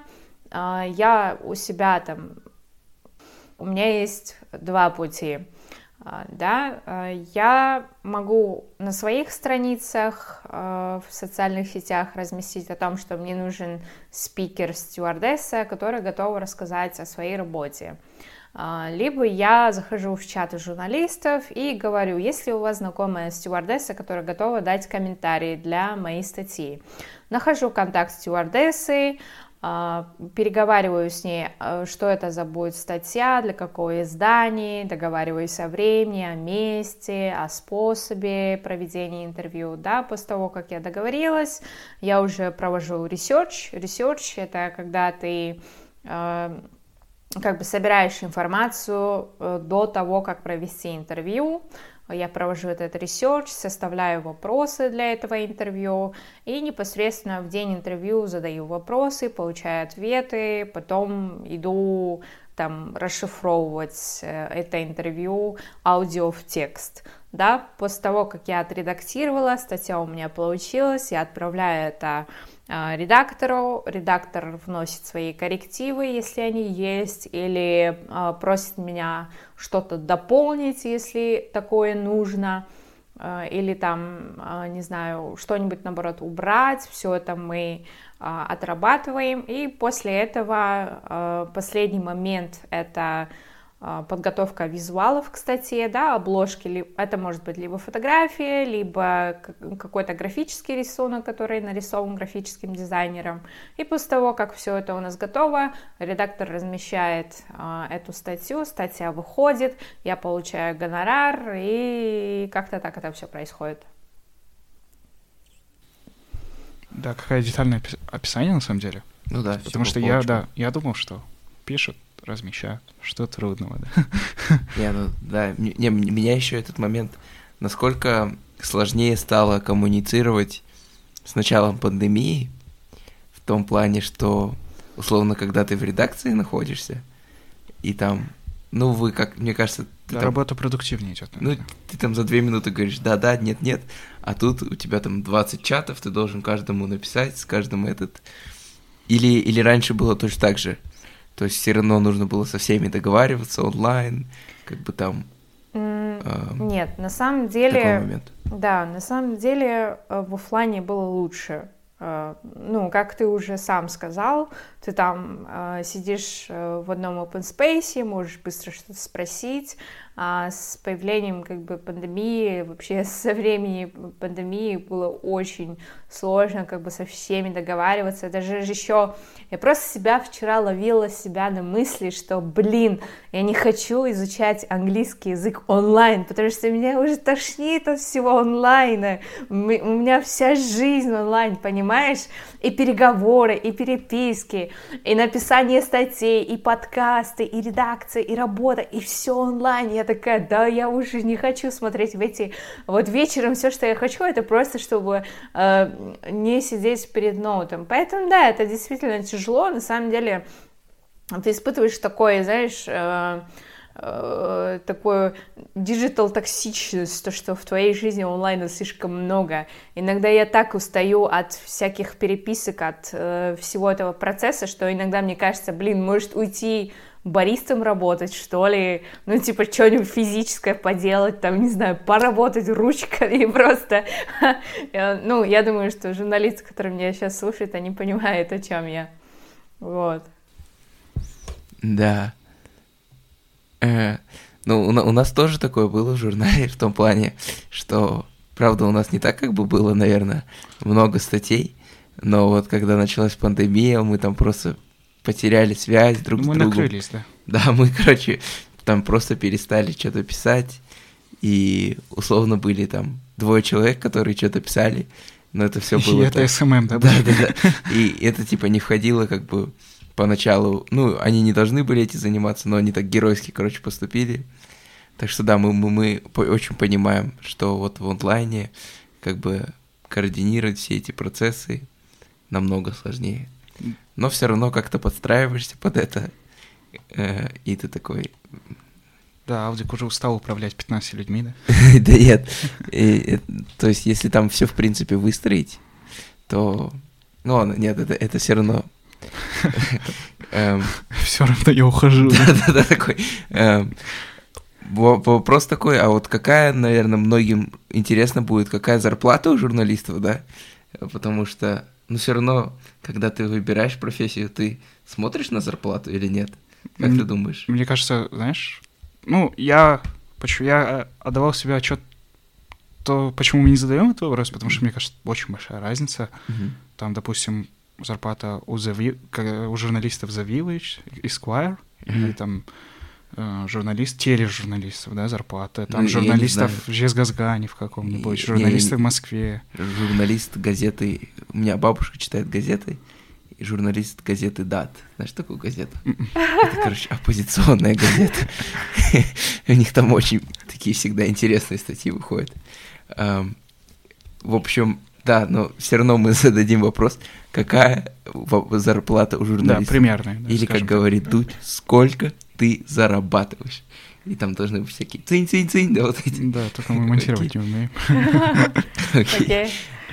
S3: я у себя там, у меня есть два пути. Да, я могу на своих страницах в социальных сетях разместить о том, что мне нужен спикер-стюардесса, который готов рассказать о своей работе. Либо я захожу в чаты журналистов и говорю, есть ли у вас знакомая стюардесса, которая готова дать комментарии для моей статьи. Нахожу контакт стюардессы, переговариваю с ней, что это за будет статья, для какого издания, договариваюсь о времени, о месте, о способе проведения интервью. Да, после того, как я договорилась, я уже провожу ресерч. Ресерч — это когда ты как бы собираешь информацию до того, как провести интервью. Я провожу этот ресерч, составляю вопросы для этого интервью и непосредственно в день интервью задаю вопросы, получаю ответы, потом иду там расшифровывать это интервью аудио в текст. Да? После того, как я отредактировала, статья у меня получилась, я отправляю это редактору, редактор вносит свои коррективы, если они есть, или просит меня что-то дополнить, если такое нужно, или там, не знаю, что-нибудь, наоборот, убрать, все это мы отрабатываем, и после этого последний момент — это подготовка визуалов к статье, да, обложки, это может быть либо фотография, либо какой-то графический рисунок, который нарисован графическим дизайнером. И после того, как все это у нас готово, редактор размещает эту статью, статья выходит, я получаю гонорар, и как-то так это все происходит.
S2: Да, какое детальное описание на самом деле.
S1: Ну да,
S2: потому что я думал, что пишут, размещают, что трудного, да?
S1: Меня еще этот момент, насколько сложнее стало коммуницировать с началом пандемии, в том плане, что, условно, когда ты в редакции находишься, и там, ну, вы, как, мне кажется...
S2: Да, работа продуктивнее идет.
S1: Ну, ты там за 2 минуты говоришь да, нет, а тут у тебя там 20 чатов, ты должен каждому написать, с каждым этот... Или раньше было точно так же. То есть все равно нужно было со всеми договариваться онлайн, как бы там...
S3: Нет, на самом деле...
S1: Такой момент.
S3: Да, на самом деле в офлайне было лучше. Ну, как ты уже сам сказал, ты там сидишь в одном open space, можешь быстро что-то спросить, с появлением как бы пандемии, вообще со времени пандемии было очень сложно как бы со всеми договариваться. Даже еще я просто себя вчера ловила себя на мысли, что, я не хочу изучать английский язык онлайн, потому что меня уже тошнит от всего онлайна. У меня вся жизнь онлайн, понимаешь? И переговоры, и переписки, и написание статей, и подкасты, и редакция, и работа, и все онлайн. Я такая, я уже не хочу смотреть в эти... Вот вечером все, что я хочу, это просто, чтобы не сидеть перед ноутом. Поэтому, да, это действительно тяжело. На самом деле, ты испытываешь такое, знаешь... такую диджитал-токсичность, то, что в твоей жизни онлайна слишком много. Иногда я так устаю от всяких переписок, от всего этого процесса, что иногда мне кажется, может уйти баристом работать, что ли, что-нибудь физическое поделать, не знаю, поработать ручкой просто. Я думаю, что журналисты, которые меня сейчас слушают, они понимают, о чем я. Вот.
S1: Да. У нас тоже такое было в журнале, в том плане, что, правда, у нас не так как бы было, наверное, много статей, но вот когда началась пандемия, мы там просто потеряли связь друг с другом.
S2: Мы накрылись, да?
S1: Да, мы, там просто перестали что-то писать, и условно были там 2 человек, которые что-то писали, но это все было...
S2: И это СММ, да?
S1: Да. И это не входило как бы... Поначалу, они не должны были этим заниматься, но они так геройски, поступили. Так что да, мы очень понимаем, что вот в онлайне как бы координировать все эти процессы намного сложнее. Но все равно как-то подстраиваешься под это, и ты такой...
S2: Да, Аудик уже устал управлять 15 людьми, да?
S1: Да нет, то есть если там все в принципе выстроить, то... нет, это все равно...
S2: Все равно я ухожу.
S1: Да, такой. Вопрос такой, а вот какая, наверное, многим интересно будет, какая зарплата у журналистов, да? Потому что, все равно, когда ты выбираешь профессию, ты смотришь на зарплату или нет? Как ты думаешь?
S2: Мне кажется, знаешь, я отдавал себе отчет, почему мы не задаем этот вопрос, потому что, мне кажется, очень большая разница. Там, допустим, зарплата у журналистов The Village, Esquire, или там тележурналистов, да, зарплата, там журналистов в Жезказгане в каком-нибудь, журналисты в Москве.
S1: Журналист газеты, у меня бабушка читает газеты, и журналист газеты «Дат». Знаешь такую газету? Это, оппозиционная газета. У них там очень такие всегда интересные статьи выходят. В общем... Да, но все равно мы зададим вопрос, какая зарплата у журналиста.
S2: Да, примерная. Да,
S1: или, как говорит Дудь, сколько ты зарабатываешь. И там должны быть всякие цинь-цинь-цинь, да, вот эти.
S2: Да, только мы монтировать не умеем.
S3: Окей.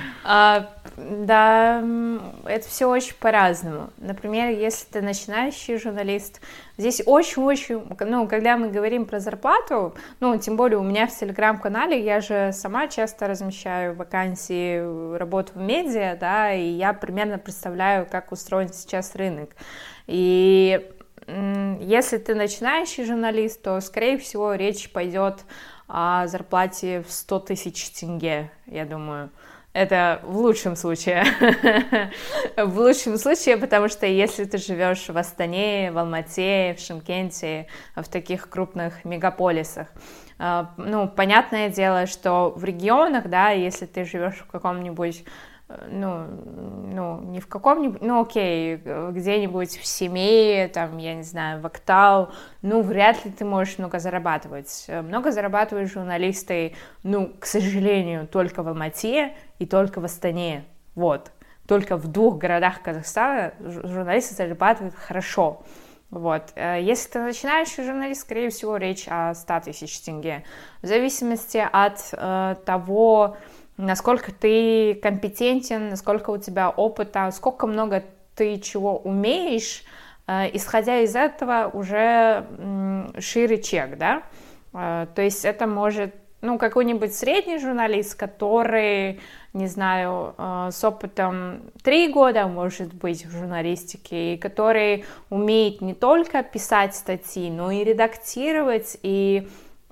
S3: Да, это все очень по-разному. Например, если ты начинающий журналист, здесь очень-очень, когда мы говорим про зарплату, тем более у меня в Телеграм-канале, я же сама часто размещаю вакансии, работу в медиа, да, и я примерно представляю, как устроен сейчас рынок. И если ты начинающий журналист, то, скорее всего, речь пойдет о зарплате в 100 тысяч тенге, я думаю. Это в лучшем случае. В лучшем случае, потому что если ты живешь в Астане, в Алмате, в Шымкенте, в таких крупных мегаполисах, понятное дело, что в регионах, да, если ты живешь в каком-нибудь, не в каком-нибудь, окей, где-нибудь в Семее, там, я не знаю, в Актау, вряд ли ты можешь много зарабатывать. Много зарабатывают журналисты, к сожалению, только в Алмате и только в Астане, вот. Только в 2 городах Казахстана журналисты зарабатывают хорошо. Вот. Если ты начинающий журналист, скорее всего, речь о 100 тысяч тенге. В зависимости от того, насколько ты компетентен, насколько у тебя опыта, сколько много ты чего умеешь, исходя из этого уже шире чек, да? То есть это может, какой-нибудь средний журналист, который, не знаю, с опытом 3 года, может быть, в журналистике, и который умеет не только писать статьи, но и редактировать, и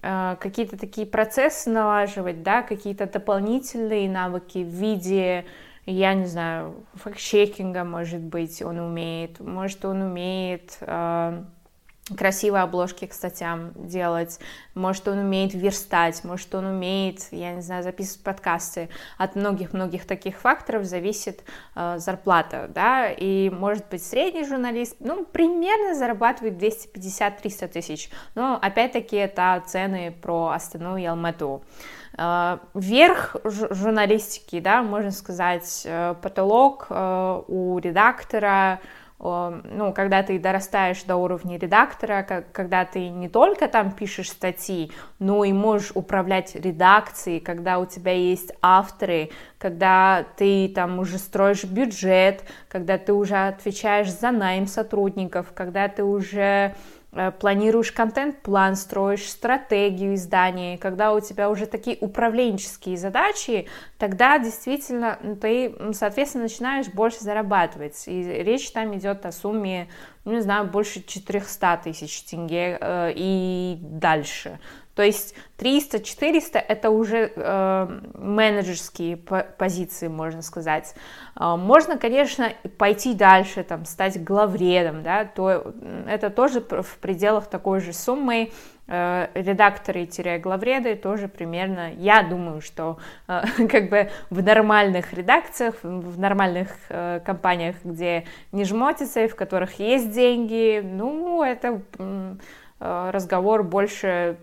S3: какие-то такие процессы налаживать, да, какие-то дополнительные навыки в виде, я не знаю, факт-чекинга, может быть, он умеет, может, он умеет красивые обложки к статьям делать, может, он умеет верстать, может, он умеет, я не знаю, записывать подкасты. От многих-многих таких факторов зависит зарплата, да, и, может быть, средний журналист, ну, примерно зарабатывает 250-300 тысяч, но, опять-таки, это цены про Астану и Алмату. Верх журналистики, да, можно сказать, потолок у редактора, ну, когда ты дорастаешь до уровня редактора, когда ты не только там пишешь статьи, но и можешь управлять редакцией, когда у тебя есть авторы, когда ты там уже строишь бюджет, когда ты уже отвечаешь за найм сотрудников, когда ты уже планируешь контент-план, строишь стратегию издания, когда у тебя уже такие управленческие задачи, тогда действительно ты, соответственно, начинаешь больше зарабатывать. И речь там идет о сумме, ну, не знаю, больше 400 тысяч тенге и дальше. То есть 300-400 это уже менеджерские позиции, можно сказать. Можно, конечно, пойти дальше, там, стать главредом, да, то это тоже в пределах такой же суммы. Редакторы-главреды тоже примерно, я думаю, что как бы в нормальных редакциях, в нормальных компаниях, где не жмотится и в которых есть деньги, ну, это разговор больше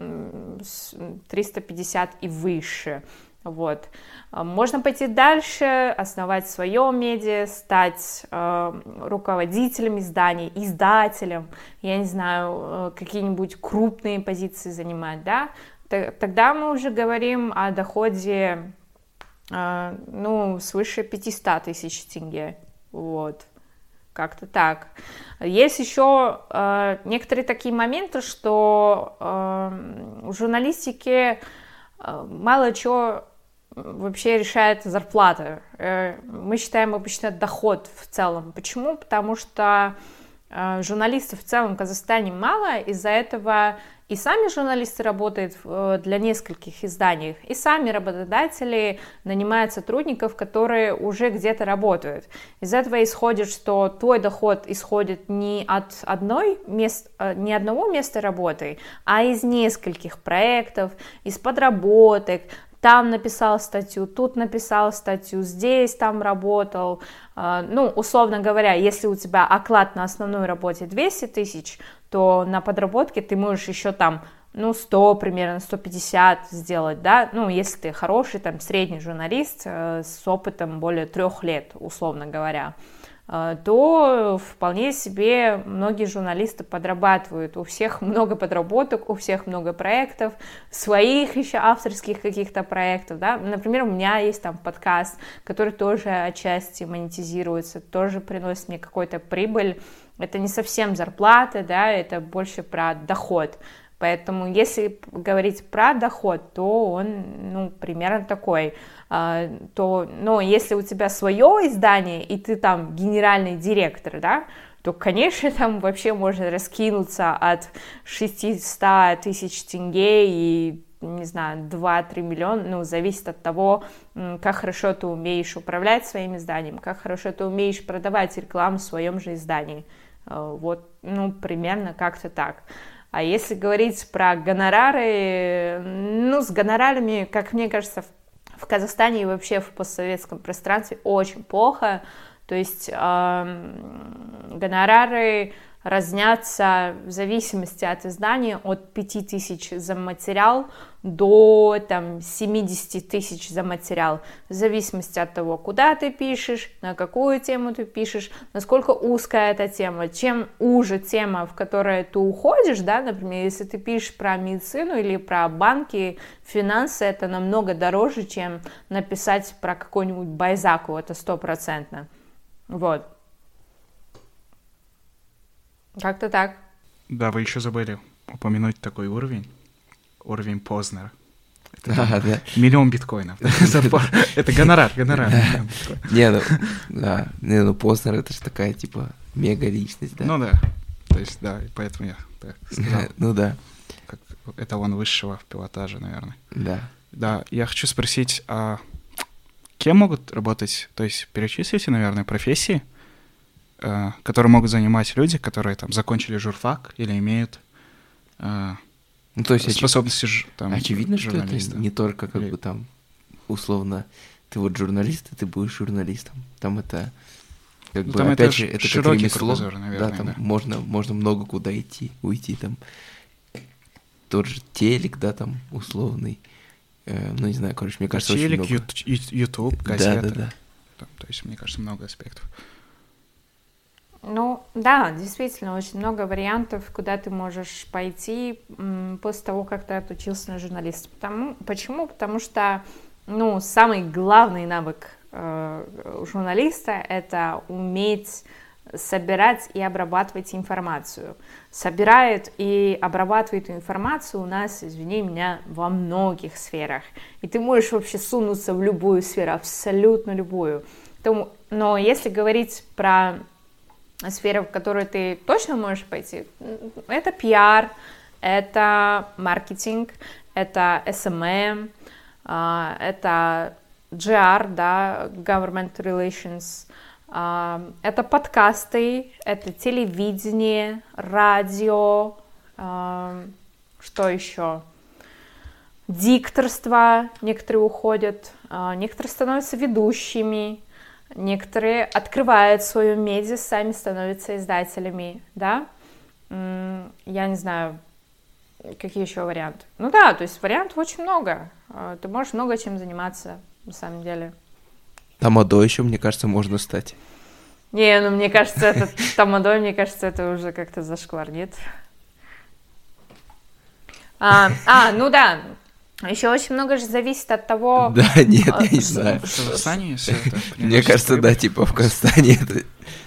S3: 350 и выше. Вот. Можно пойти дальше, основать свое медиа, стать руководителем изданий, издателем, я не знаю, какие-нибудь крупные позиции занимать, да? Тогда мы уже говорим о доходе, ну, свыше 500 тысяч тенге, вот. Как-то так. Есть еще некоторые такие моменты, что в журналистике мало чего вообще решает зарплата. Мы считаем обычно доход в целом. Почему? Потому что журналистов в целом в Казахстане мало, из-за этого и сами журналисты работают для нескольких изданий, и сами работодатели нанимают сотрудников, которые уже где-то работают. Из этого исходит, что твой доход исходит не от одного места работы, а из нескольких проектов, из подработок. Там написал статью, тут написал статью, здесь там работал. Ну, условно говоря, если у тебя оклад на основной работе 200 тысяч, то на подработке ты можешь еще там, ну, 100 примерно, 150 сделать, да, ну, если ты хороший, там, средний журналист с опытом более 3 лет, условно говоря, то вполне себе многие журналисты подрабатывают. У всех много подработок, у всех много проектов, своих еще авторских каких-то проектов, да. Например, у меня есть там подкаст, который тоже отчасти монетизируется, тоже приносит мне какую-то прибыль. Это не совсем зарплата, да, это больше про доход. Поэтому, если говорить про доход, то он, ну, примерно такой. Но если у тебя свое издание, и ты там генеральный директор, да, то, конечно, там вообще можно раскинуться от 600 тысяч тенге и, не знаю, 2-3 миллиона, ну, зависит от того, как хорошо ты умеешь управлять своим изданием, как хорошо ты умеешь продавать рекламу в своем же издании. Вот, ну, примерно как-то так. А если говорить про гонорары, ну, с гонорарами, как мне кажется, в Казахстане и вообще в постсоветском пространстве очень плохо. То есть гонорары разнятся в зависимости от издания от 5000 за материал до там 70 тысяч за материал, в зависимости от того, куда ты пишешь, на какую тему ты пишешь, насколько узкая эта тема. Чем уже тема, в которой ты уходишь, да, например, если ты пишешь про медицину или про банки, финансы, это намного дороже, чем написать про какой-нибудь Байзаку, это 100%. Вот. Как-то так.
S2: Да, вы еще забыли упомянуть такой уровень. Уровень Познера.
S1: Да.
S2: Миллион биткоинов. Это гонорар.
S1: Не, ну Познер это же такая, типа, мега личность, да?
S2: Ну да. То есть, да, поэтому я так сказал.
S1: Ну да.
S2: эталон высшего в пилотаже, наверное.
S1: Да.
S2: Да, я хочу спросить, а кем могут работать, то есть перечислите, наверное, профессии, которые могут занимать люди, которые там закончили журфак или имеют
S1: ну, то есть
S2: способности
S1: очевидно,
S2: журналиста.
S1: Что это не только как бы там условно ты вот журналист, и ты будешь журналистом. Там это как бы
S2: там
S1: опять же это как ремесло,
S2: кругозор, наверное,
S1: да, там можно много куда уйти там тот же телек, да, там условный, ну не знаю, короче, мне кажется,
S2: телек,
S1: очень много.
S2: YouTube, газеты.
S1: Да.
S2: Там, то есть мне кажется, много аспектов.
S3: Ну, да, действительно, очень много вариантов, куда ты можешь пойти после того, как ты отучился на журналиста. Почему? Потому что, ну, самый главный навык журналиста — это уметь собирать и обрабатывать информацию. Собирает и обрабатывает информацию у нас, извини меня, во многих сферах. И ты можешь вообще сунуться в любую сферу, абсолютно любую. Но если говорить про сферы, в которые ты точно можешь пойти, это пиар, это маркетинг, это SMM, это GR, да, Government Relations, это подкасты, это телевидение, радио, что еще? Дикторство, некоторые уходят, некоторые становятся ведущими, некоторые открывают свою медиа, сами становятся издателями, да? Я не знаю, какие еще варианты. Ну да, то есть вариантов очень много. Ты можешь много чем заниматься, на самом деле.
S1: Тамадой еще, мне кажется, можно стать.
S3: Не, ну мне кажется, это тамадой, мне кажется, это уже как-то зашквар, нет? Ну да. Еще очень много же зависит от того...
S1: Да, нет, я не знаю.
S2: В Казахстане все это...
S1: Мне кажется, да, типа в Казахстане это...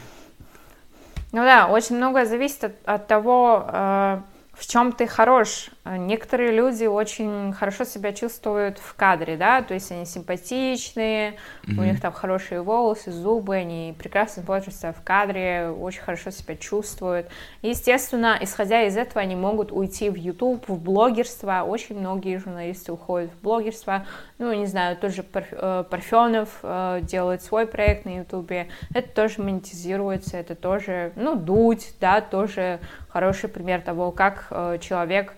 S3: Ну да, очень многое зависит от того, в чем ты хорош. Некоторые люди очень хорошо себя чувствуют в кадре, да, то есть они симпатичные, у них там хорошие волосы, зубы, они прекрасно смотрятся в кадре, очень хорошо себя чувствуют. Естественно, исходя из этого, они могут уйти в YouTube, в блогерство. Очень многие журналисты уходят в блогерство. Ну, не знаю, тот же Парфенов делает свой проект на YouTube. Это тоже монетизируется, это тоже, ну, Дудь, да, тоже хороший пример того, как человек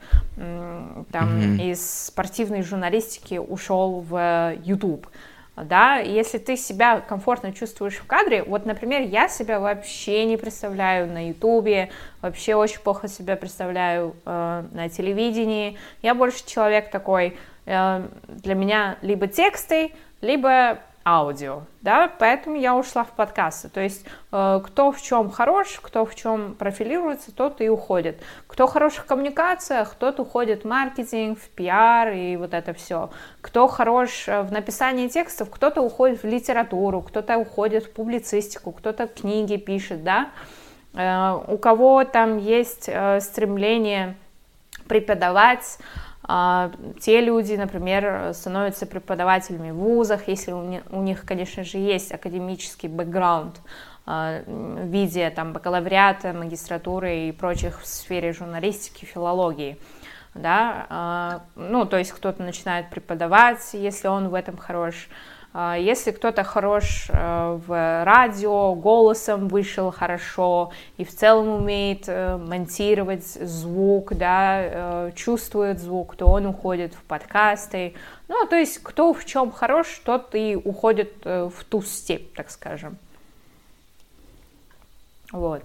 S3: там из спортивной журналистики ушел в YouTube. Да, если ты себя комфортно чувствуешь в кадре, вот, например, я себя вообще не представляю на Ютубе, вообще очень плохо себя представляю на телевидении. Я больше человек такой, для меня либо тексты, либо аудио, да, поэтому я ушла в подкасты. То есть кто в чем хорош, кто в чем профилируется, тот и уходит. Кто хорош в коммуникациях, тот уходит в маркетинг, в пиар и вот это все. Кто хорош в написании текстов, кто-то уходит в литературу, кто-то уходит в публицистику, кто-то книги пишет, да. У кого там есть стремление преподавать, те люди, например, становятся преподавателями в вузах, если у них, конечно же, есть академический бэкграунд в виде там, бакалавриата, магистратуры и прочих в сфере журналистики, филологии. Да? Ну, то есть кто-то начинает преподавать, если он в этом хорош. Если кто-то хорош в радио, голосом вышел хорошо и в целом умеет монтировать звук, да, чувствует звук, то он уходит в подкасты. Ну, то есть кто в чем хорош, тот и уходит в ту степь, так скажем. Вот.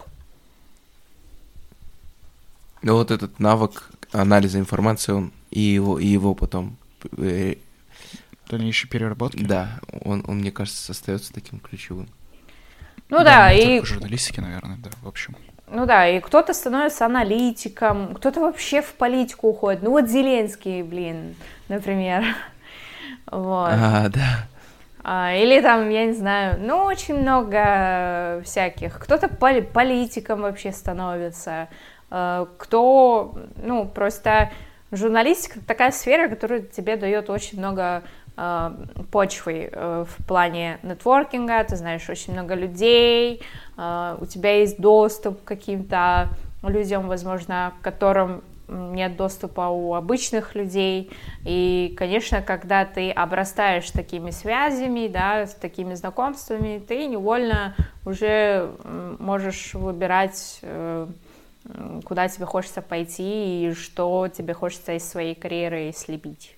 S1: Ну, вот этот навык анализа информации, он и его потом...
S2: дальнейшей переработки.
S1: Да, он, мне кажется, остается таким ключевым.
S3: Ну да,
S2: и...
S3: и...
S2: Только журналистики, наверное, да, в общем.
S3: Ну да, и кто-то становится аналитиком, кто-то вообще в политику уходит. Ну вот Зеленский, блин, например. Вот.
S1: Да.
S3: Или там, я не знаю, ну очень много всяких. Кто-то политиком вообще становится. Кто, ну просто журналистика такая сфера, которая тебе дает очень много почвы в плане нетворкинга, ты знаешь очень много людей, у тебя есть доступ к каким-то людям, возможно, которым нет доступа у обычных людей. И, конечно, когда ты обрастаешь такими связями, да, с такими знакомствами, ты невольно уже можешь выбирать, куда тебе хочется пойти и что тебе хочется из своей карьеры слепить.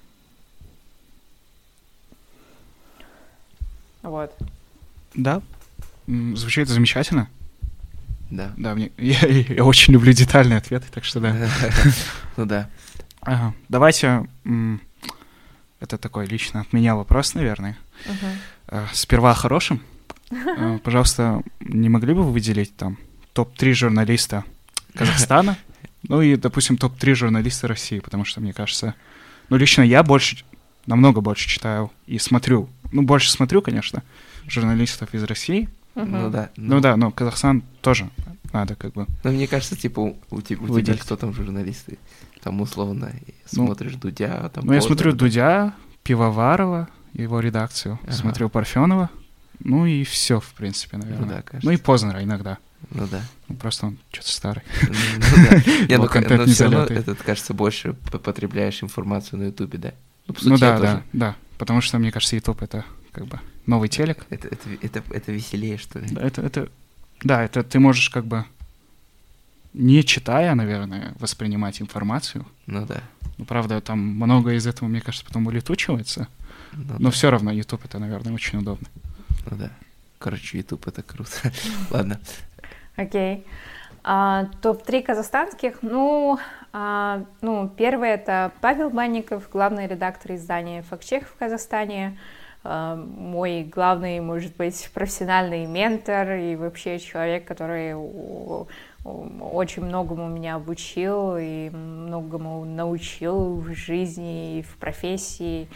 S3: Вот.
S2: Да, звучит замечательно.
S1: Да.
S2: Да, я очень люблю детальные ответы, так что да.
S1: Ну да.
S2: Давайте, это такой лично от меня вопрос, наверное. Сперва о хорошем. Пожалуйста, не могли бы вы выделить там топ-3 журналиста Казахстана, ну и, допустим, топ-3 журналиста России, потому что, мне кажется, ну, лично я намного больше читаю и смотрю, больше смотрю, конечно, журналистов из России.
S1: Ну да.
S2: Но Казахстан тоже надо как бы...
S1: Ну, мне кажется, типа, у тебя кто там журналисты? Там, условно, смотришь Дудя, там...
S2: Ну, я смотрю Дудя, Пивоварова, его редакцию, смотрю Парфенова, ну и все, в принципе, наверное.
S1: Ну да, кажется.
S2: Ну и Познера иногда.
S1: Ну да.
S2: Просто он что-то старый.
S1: Ну да. Но все равно, кажется, больше потребляешь информацию на Ютубе, да?
S2: Ну да. Потому что, мне кажется, Ютуб — это как бы новый телек.
S1: Это веселее, что ли?
S2: Это ты можешь как бы, не читая, наверное, воспринимать информацию.
S1: Ну да.
S2: Ну, правда, там многое из этого, мне кажется, потом улетучивается. Но все равно YouTube — это, наверное, очень удобно.
S1: Ну да. Короче, YouTube — это круто. Ладно.
S3: Окей. Топ-3 казахстанских. Первый — это Павел Банников, главный редактор издания «Фактчек» в Казахстане. Мой главный, может быть, профессиональный ментор и вообще человек, который очень многому меня обучил и многому научил в жизни и в профессии.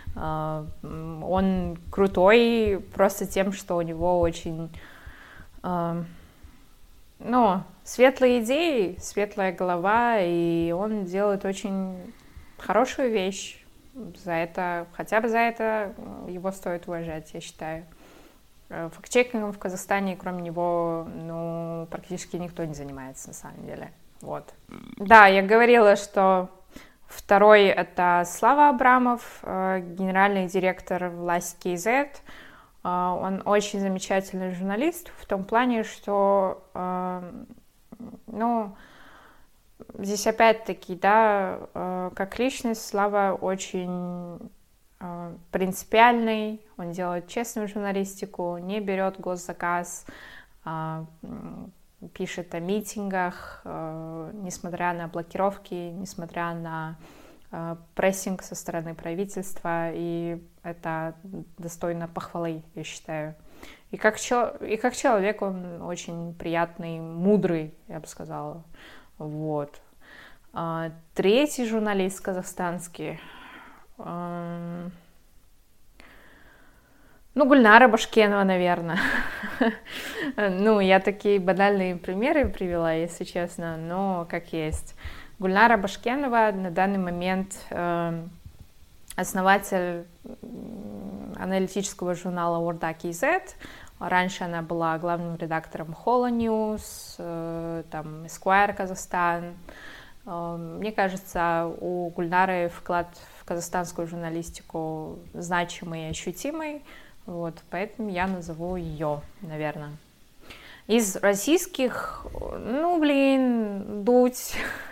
S3: Он крутой просто тем, что у него очень, светлые идеи, светлая голова, и он делает очень хорошую вещь. Хотя бы за это его стоит уважать, я считаю. Фактчекингом в Казахстане, кроме него, практически никто не занимается, на самом деле. Вот. Да, я говорила, что второй — это Слава Абрамов, генеральный директор «Власть КЗ». Он очень замечательный журналист в том плане, что, здесь опять-таки, да, как личность Слава очень принципиальный, он делает честную журналистику, не берет госзаказ, пишет о митингах, несмотря на блокировки, несмотря на прессинг со стороны правительства, и это достойно похвалы, я считаю. И как человек он очень приятный, мудрый, я бы сказала. Вот. Третий журналист казахстанский. Гульнара Башкенова, наверное. Я такие банальные примеры привела, если честно, но как есть. Гульнара Башкенова на данный момент основатель аналитического журнала Орда КЗ. Раньше она была главным редактором Холла Ньюс, Esquire Казахстан. Мне кажется, у Гульнары вклад в казахстанскую журналистику значимый и ощутимый, вот, поэтому я назову ее, наверное. Из российских, Дудь.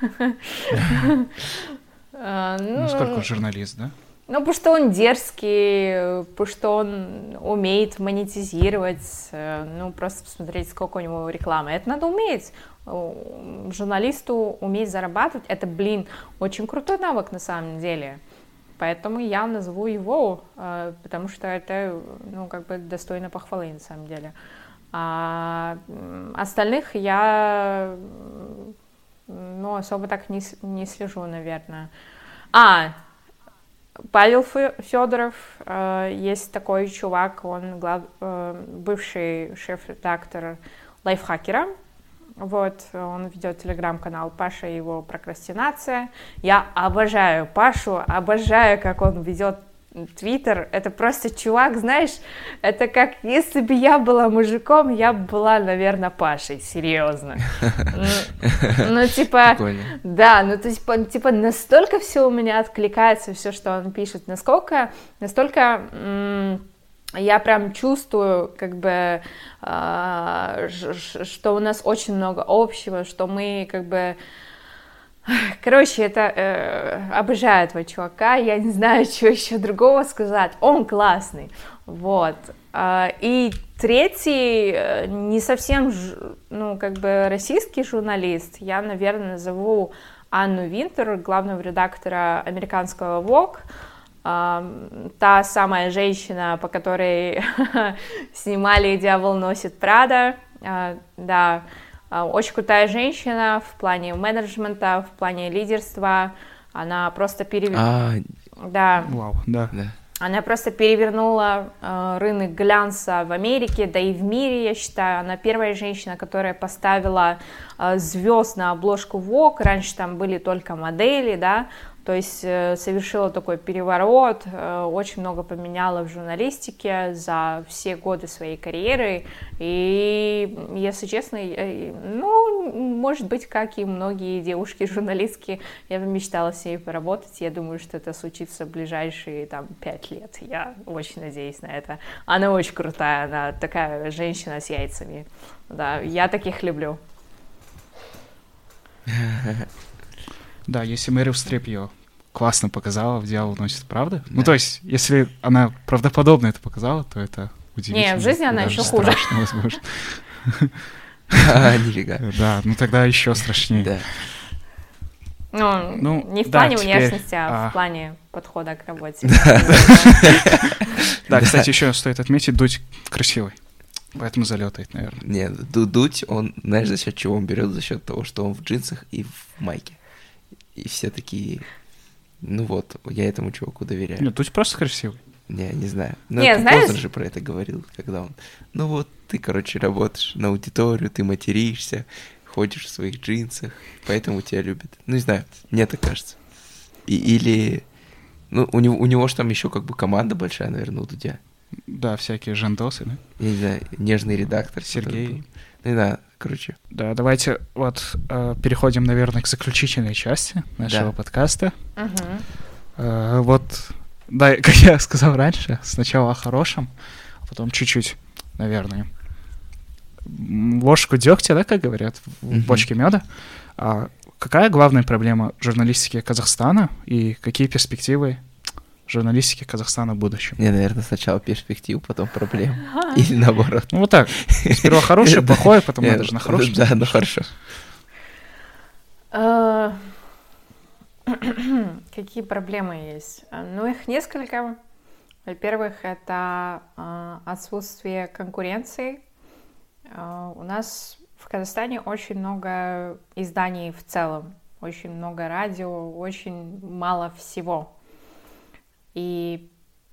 S2: Сколько журналист, да?
S3: Потому что он дерзкий, потому что он умеет монетизировать, просто посмотреть, сколько у него рекламы. Это надо уметь. Журналисту уметь зарабатывать, это, очень крутой навык на самом деле. Поэтому я назову его, потому что это, достойно похвалы на самом деле. А остальных я, особо так не слежу, наверное. Павел Федоров, есть такой чувак, он бывший шеф-редактор Лайфхакера. Вот, он ведет телеграм-канал Паша и его прокрастинация. Я обожаю Пашу, обожаю, как он ведет Твиттер — это просто чувак, знаешь, это как если бы я была мужиком, я бы была, наверное, Пашей, серьезно. Ну, типа, да, ну, то есть, типа, настолько все у меня откликается, все, что он пишет, настолько я прям чувствую, как бы, что у нас очень много общего, что мы, как бы, короче, это обожаю этого чувака, я не знаю, что еще другого сказать, он классный, вот. И третий, не совсем, ну, как бы, российский журналист, я, наверное, назову Анну Винтер, главного редактора американского Vogue, та самая женщина, по которой снимали «Дьявол носит Прада», да, очень крутая женщина в плане менеджмента, в плане лидерства, она просто да.
S2: Вау, да.
S3: Она просто перевернула рынок глянца в Америке, да и в мире, я считаю. Она первая женщина, которая поставила звезд на обложку Vogue. Раньше там были только модели, да, то есть совершила такой переворот, очень много поменяла в журналистике за все годы своей карьеры. И, если честно, ну, может быть, как и многие девушки-журналистки, я бы мечтала с ней поработать. Я думаю, что это случится в ближайшие там 5 лет. Я очень надеюсь на это. Она очень крутая, она такая женщина с яйцами. Да, я таких люблю.
S2: Да, если Мэрил Стрип ее классно показала в «Дьявол носит Прада». Да. Ну, то есть, если она правдоподобно это показала, то это удивительно.
S3: Не, в жизни она еще хуже.
S2: Возможно.
S1: Нифига.
S2: Да, ну тогда еще страшнее.
S1: Да.
S3: Ну, не в плане внешности, а в плане подхода к работе.
S2: Да, кстати, еще стоит отметить, Дудь красивый. Поэтому залетает, наверное.
S1: Нет, Дудь, он, знаешь, за счет чего он берет? За счет того, что он в джинсах и в майке. И все такие, ну вот, я этому чуваку доверяю.
S2: Нет, Дудь просто красивый.
S1: Не знаю. Ну,
S3: знаешь...
S1: Познер же про это говорил, когда он... Ну вот, ты, короче, работаешь на аудиторию, ты материшься, ходишь в своих джинсах, поэтому тебя любят. Ну, не знаю, мне так кажется. Или... Ну, у него же там еще как бы команда большая, наверное, у Дудя.
S2: Да, всякие жандосы, да?
S1: Я не знаю, нежный редактор.
S2: Сергей.
S1: Ну, не знаю, короче.
S2: Да, давайте вот переходим, наверное, к заключительной части нашего подкаста. Вот, да, как я сказал раньше, сначала о хорошем, а потом чуть-чуть, наверное, ложку дегтя, да, как говорят, в бочке меда. Какая главная проблема журналистики Казахстана и какие перспективы журналистики Казахстана в будущем?
S1: Не, наверное, сначала перспективу, потом проблем. Или наоборот.
S2: Ну вот так. Сперва хорошее, плохое, потом надо же на хорошее.
S1: Да, ну хорошо.
S3: Какие проблемы есть? Ну, их несколько. Во-первых, это отсутствие конкуренции. У нас в Казахстане очень много изданий в целом, очень много радио, очень мало всего. И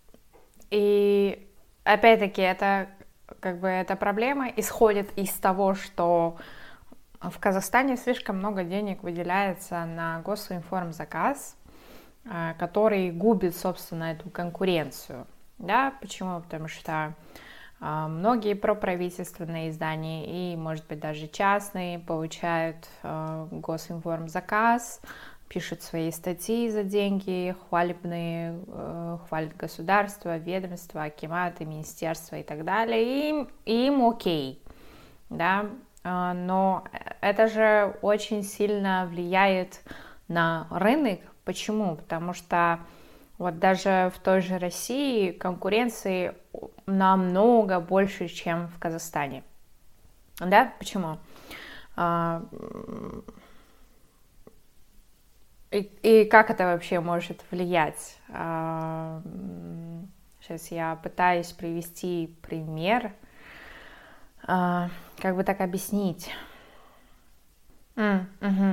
S3: опять-таки это как бы эта проблема исходит из того, что в Казахстане слишком много денег выделяется на госинформзаказ, который губит, собственно, эту конкуренцию. Да, почему? Потому что многие проправительственные издания и, может быть, даже частные получают госинформзаказ, пишут свои статьи за деньги, хвалебные, хвалят государство, ведомства, акиматы, министерства и так далее, и им окей, да, но это же очень сильно влияет на рынок. Почему? Потому что вот даже в той же России конкуренции намного больше, чем в Казахстане. Да? Почему? И как это вообще может влиять? Сейчас я пытаюсь привести пример. Как бы так объяснить? Ну,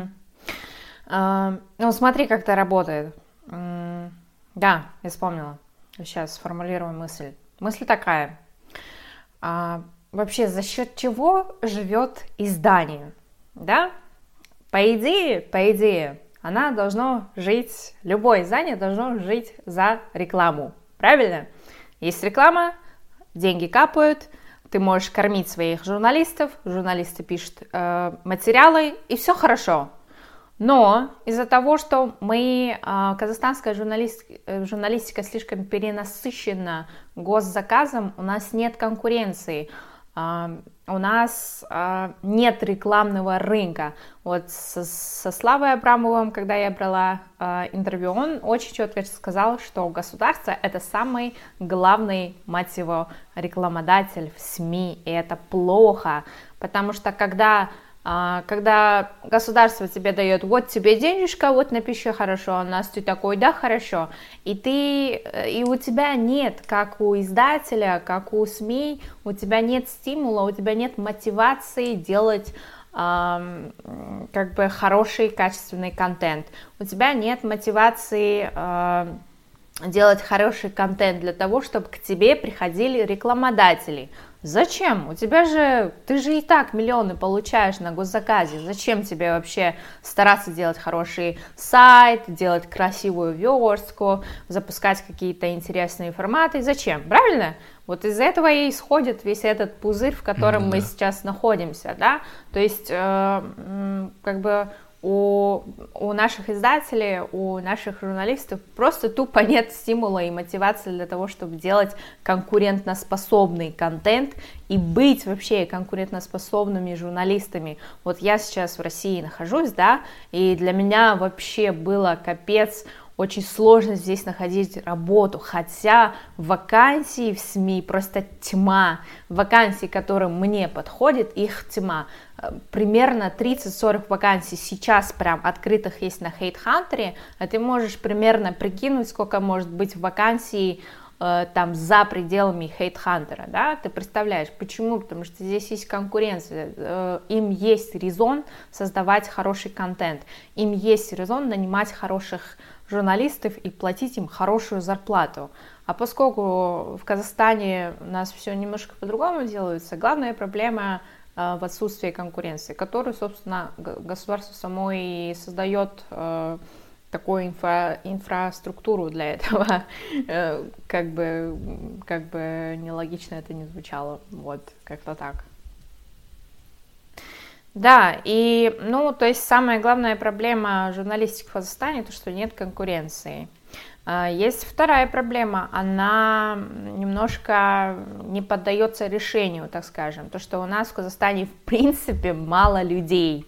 S3: смотри, как это работает. Да, я вспомнила. Сейчас сформулирую мысль. Мысль такая. Вообще, за счет чего живет издание? Да? По идее, она должно жить, любое издание должно жить за рекламу. правильно? Есть реклама, деньги капают, ты можешь кормить своих журналистов, журналисты пишут материалы, и все хорошо. Но из-за того, что казахстанская журналистика слишком перенасыщена госзаказом, у нас нет конкуренции, у нас нет рекламного рынка. Вот со Славой Абрамовым, когда я брала интервью, он очень четко сказал, что государство — это самый главный, мать его, рекламодатель в СМИ, и это плохо, потому что когда государство тебе дает, вот тебе денежка, вот напиши хорошо, у нас ты такой, да, хорошо, и у тебя нет, как у издателя, как у СМИ, у тебя нет стимула, у тебя нет мотивации делать как бы хороший, качественный контент, у тебя нет мотивации делать хороший контент для того, чтобы к тебе приходили рекламодатели. Зачем? Ты же и так миллионы получаешь на госзаказе. Зачем тебе вообще стараться делать хороший сайт, делать красивую верстку, запускать какие-то интересные форматы? Зачем? Правильно? Вот из этого и исходит весь этот пузырь, в котором мы сейчас находимся, да? То есть, как бы у наших издателей, у наших журналистов просто тупо нет стимула и мотивации для того, чтобы делать конкурентоспособный контент и быть вообще конкурентоспособными журналистами. Вот я сейчас в России нахожусь, да, и для меня вообще было капец, очень сложно здесь находить работу, хотя вакансий в СМИ просто тьма, вакансий, которые мне подходят, их тьма. Примерно 30-40 вакансий сейчас прям открытых есть на HeadHunter, а ты можешь примерно прикинуть, сколько может быть вакансий там за пределами HeadHunter, да, ты представляешь, почему? Потому что здесь есть конкуренция, им есть резон создавать хороший контент, им есть резон нанимать хороших журналистов и платить им хорошую зарплату. А поскольку в Казахстане у нас все немножко по-другому делается, главная проблема в отсутствии конкуренции, которую, собственно, государство само и создает такую инфраструктуру для этого, как бы нелогично это не звучало, вот, как-то так. Да, и, то есть самая главная проблема журналистики в Казахстане, то, что нет конкуренции. Есть вторая проблема, она немножко не поддается решению, так скажем, то, что у нас в Казахстане в принципе мало людей,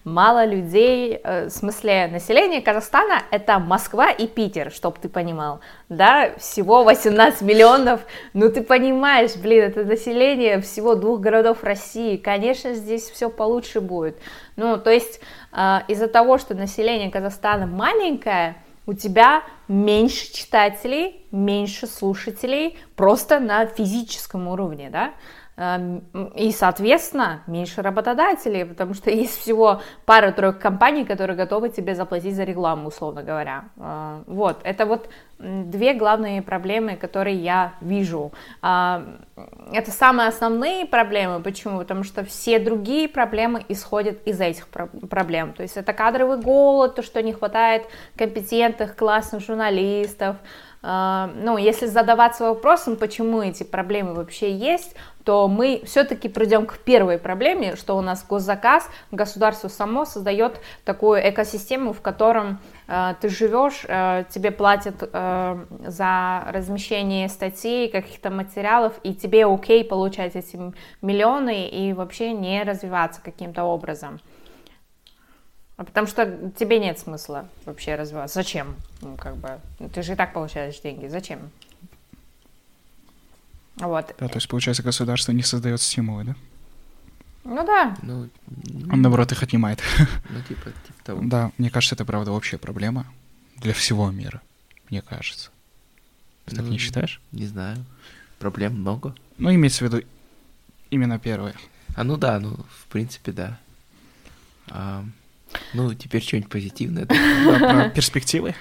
S3: в смысле население Казахстана это Москва и Питер, чтоб ты понимал, да, всего 18 миллионов, ты понимаешь, это население всего 2 городов России, конечно, здесь все получше будет, то есть из-за того, что население Казахстана маленькое, у тебя меньше читателей, меньше слушателей просто на физическом уровне, да, и, соответственно, меньше работодателей, потому что есть всего пара-тройка компаний, которые готовы тебе заплатить за рекламу, условно говоря. Вот, это вот 2 главные проблемы, которые я вижу. Это самые основные проблемы. Почему? Потому что все другие проблемы исходят из этих проблем. То есть это кадровый голод, то, что не хватает компетентных, классных журналистов. Если задаваться вопросом, почему эти проблемы вообще есть, то мы все-таки придем к первой проблеме, что у нас госзаказ, государство само создает такую экосистему, в котором ты живешь, тебе платят за размещение статей, каких-то материалов, и тебе окей получать эти миллионы и вообще не развиваться каким-то образом. Потому что тебе нет смысла вообще развиваться. Зачем? Ты же и так получаешь деньги. Зачем? Вот.
S2: Да, то есть, получается, государство не создает стимулы, да?
S3: Да.
S2: Он, наоборот, их отнимает.
S1: Типа того.
S2: Да, мне кажется, это, правда, общая проблема для всего мира, мне кажется. Ты так не считаешь?
S1: Не знаю. Проблем много.
S2: Имеется в виду именно первое.
S1: В принципе, да. Теперь что-нибудь позитивное.
S2: Про перспективы.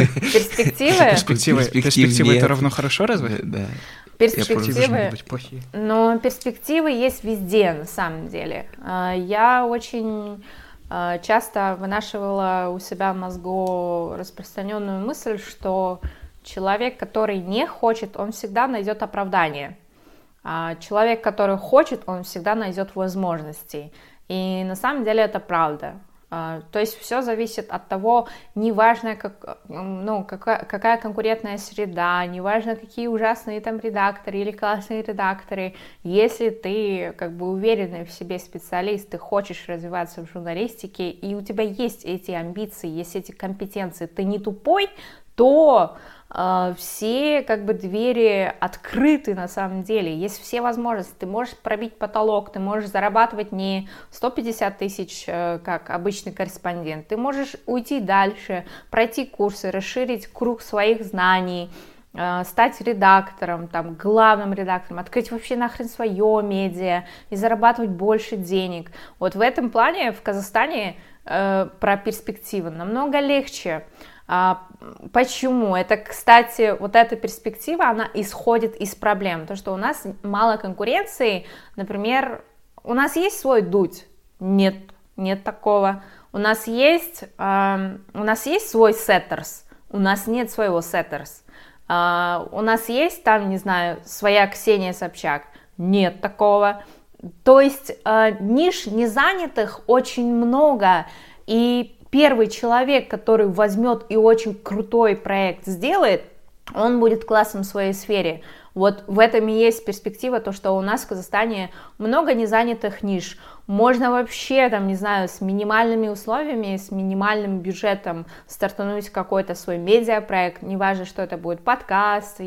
S2: Перспективы это равно хорошо, разве?
S1: Да.
S3: Перспективы. Но перспективы есть везде, на самом деле. Я очень часто вынашивала у себя в мозгу распространенную мысль, что Человек, который не хочет, он всегда найдет оправдание. А человек, который хочет, он всегда найдет возможности. И на самом деле это правда. То есть все зависит от того, неважно, какая конкурентная среда, неважно, какие ужасные там редакторы или классные редакторы. Если ты уверенный в себе специалист, ты хочешь развиваться в журналистике, и у тебя есть эти амбиции, есть эти компетенции, ты не тупой, то все двери открыты на самом деле, есть все возможности, ты можешь пробить потолок, ты можешь зарабатывать не 150 тысяч, как обычный корреспондент, ты можешь уйти дальше, пройти курсы, расширить круг своих знаний, стать редактором, главным редактором, открыть вообще нахрен свое медиа и зарабатывать больше денег. Вот в этом плане в Казахстане про перспективы намного легче. Почему? Это, кстати, вот эта перспектива, она исходит из проблем. То, что у нас мало конкуренции, например, у нас есть свой Дудь? Нет такого. У нас есть свой Сеттерс, у нас нет своего Сеттерс. У нас есть своя Ксения Собчак? Нет такого. То есть ниш незанятых очень много, и первый человек, который возьмет и очень крутой проект сделает, он будет классом в своей сфере. Вот в этом и есть перспектива, то, что у нас в Казахстане много незанятых ниш. Можно вообще, с минимальными условиями, с минимальным бюджетом стартануть какой-то свой медиапроект, неважно, что это будет, подкаст,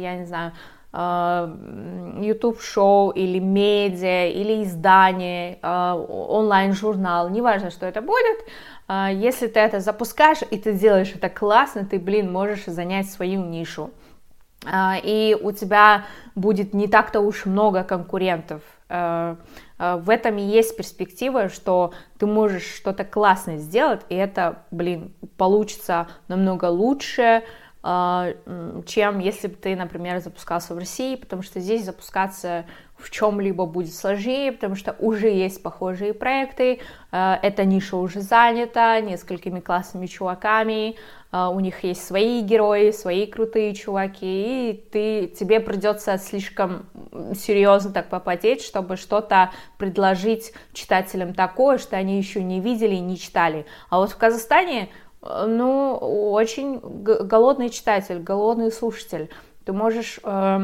S3: YouTube-шоу или медиа, или издание, онлайн-журнал, неважно, что это будет. Если ты это запускаешь, и ты делаешь это классно, ты, можешь занять свою нишу. И у тебя будет не так-то уж много конкурентов. В этом и есть перспектива, что ты можешь что-то классное сделать, и это, получится намного лучше, чем если бы ты, например, запускался в России, потому что здесь запускаться в чем-либо будет сложнее, потому что уже есть похожие проекты, эта ниша уже занята несколькими классными чуваками, у них есть свои герои, свои крутые чуваки, и тебе придется слишком серьезно так попотеть, чтобы что-то предложить читателям такое, что они еще не видели и не читали. А вот в Казахстане очень голодный читатель, голодный слушатель. Ты можешь,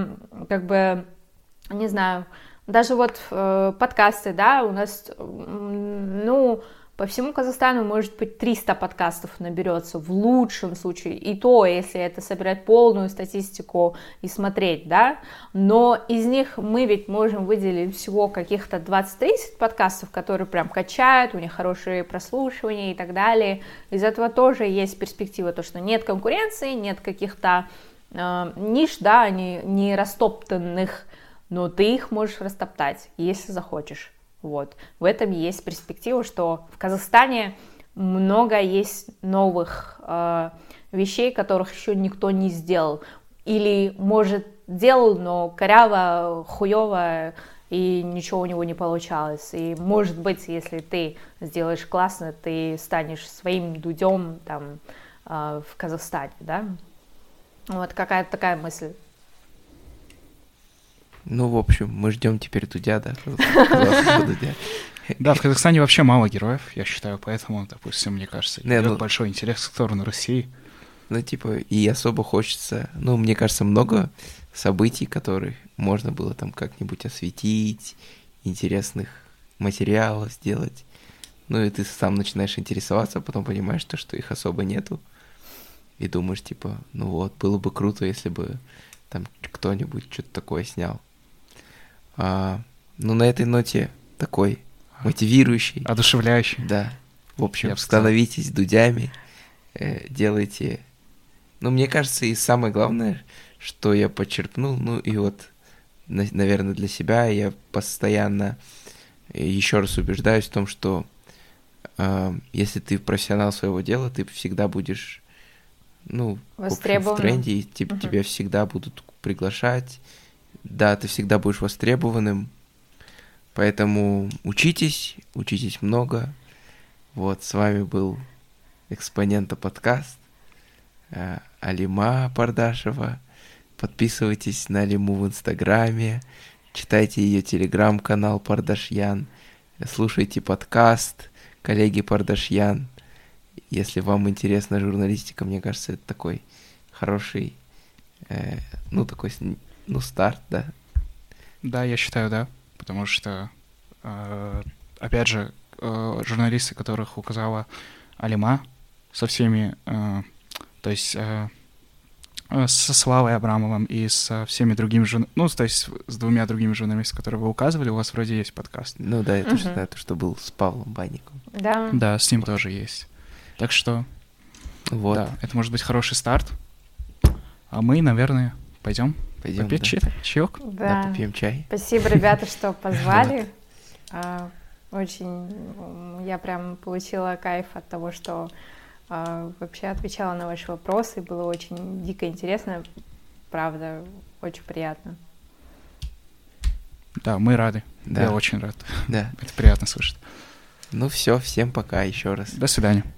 S3: даже подкасты, у нас, по всему Казахстану, может быть, 300 подкастов наберется в лучшем случае, и то, если это собирать полную статистику и смотреть, но из них мы ведь можем выделить всего каких-то 20-30 подкастов, которые прям качают, у них хорошие прослушивания и так далее. Из этого тоже есть перспектива, то, что нет конкуренции, нет каких-то ниш, не растоптанных, но ты их можешь растоптать, если захочешь. В этом есть перспектива, что в Казахстане много есть новых вещей, которых еще никто не сделал. Или, может, делал, но коряво, хуево, и ничего у него не получалось. И, может быть, если ты сделаешь классно, ты станешь своим Дудем в Казахстане, Вот какая-то такая мысль.
S1: В общем, мы ждем теперь Дудя, да?
S2: Да, в Казахстане вообще мало героев, я считаю, поэтому, допустим, мне кажется, идет большой интерес в сторону России.
S1: И особо хочется, мне кажется, много событий, которые можно было как-нибудь осветить, интересных материалов сделать. И ты сам начинаешь интересоваться, потом понимаешь, что их особо нету. И думаешь, было бы круто, если бы кто-нибудь что-то такое снял. На этой ноте такой мотивирующий.
S2: Одушевляющий.
S1: Да. В общем, становитесь Дудями, делайте... мне кажется, и самое главное, что я подчеркнул, наверное, для себя я постоянно еще раз убеждаюсь в том, что если ты профессионал своего дела, ты всегда будешь, в тренде, и тебя всегда будут приглашать. Да, ты всегда будешь востребованным, поэтому учитесь много. С вами был Экспонента подкаст, Алима Пардашева Подписывайтесь на Алиму в Инстаграме, читайте ее телеграм-канал Пардашьян, слушайте подкаст коллеги Пардашьян. Если вам интересна журналистика, мне кажется, это такой хороший, старт, да?
S2: Да, я считаю, да, потому что, опять же, журналисты, которых указала Алима, со всеми, то есть со Славой Абрамовым и со всеми другими то есть с двумя другими журналистами, которые вы указывали, у вас вроде есть подкаст.
S1: Ну да, я тоже знаю, то, что был с Павлом Банником.
S3: Да.
S2: Да, с ним тоже есть. Так что,
S1: вот.
S2: Да, это может быть хороший старт. А мы, наверное, пойдем попить чаек.
S3: Да,
S1: попьем чай.
S3: Спасибо, ребята, что позвали. Очень, я прям получила кайф от того, что вообще отвечала на ваши вопросы. Было очень дико интересно. Правда, очень приятно.
S2: Да, мы рады.
S1: Да.
S2: Я очень рад.
S1: Да.
S2: Это приятно слышать.
S1: Ну все, всем пока еще раз.
S2: До свидания.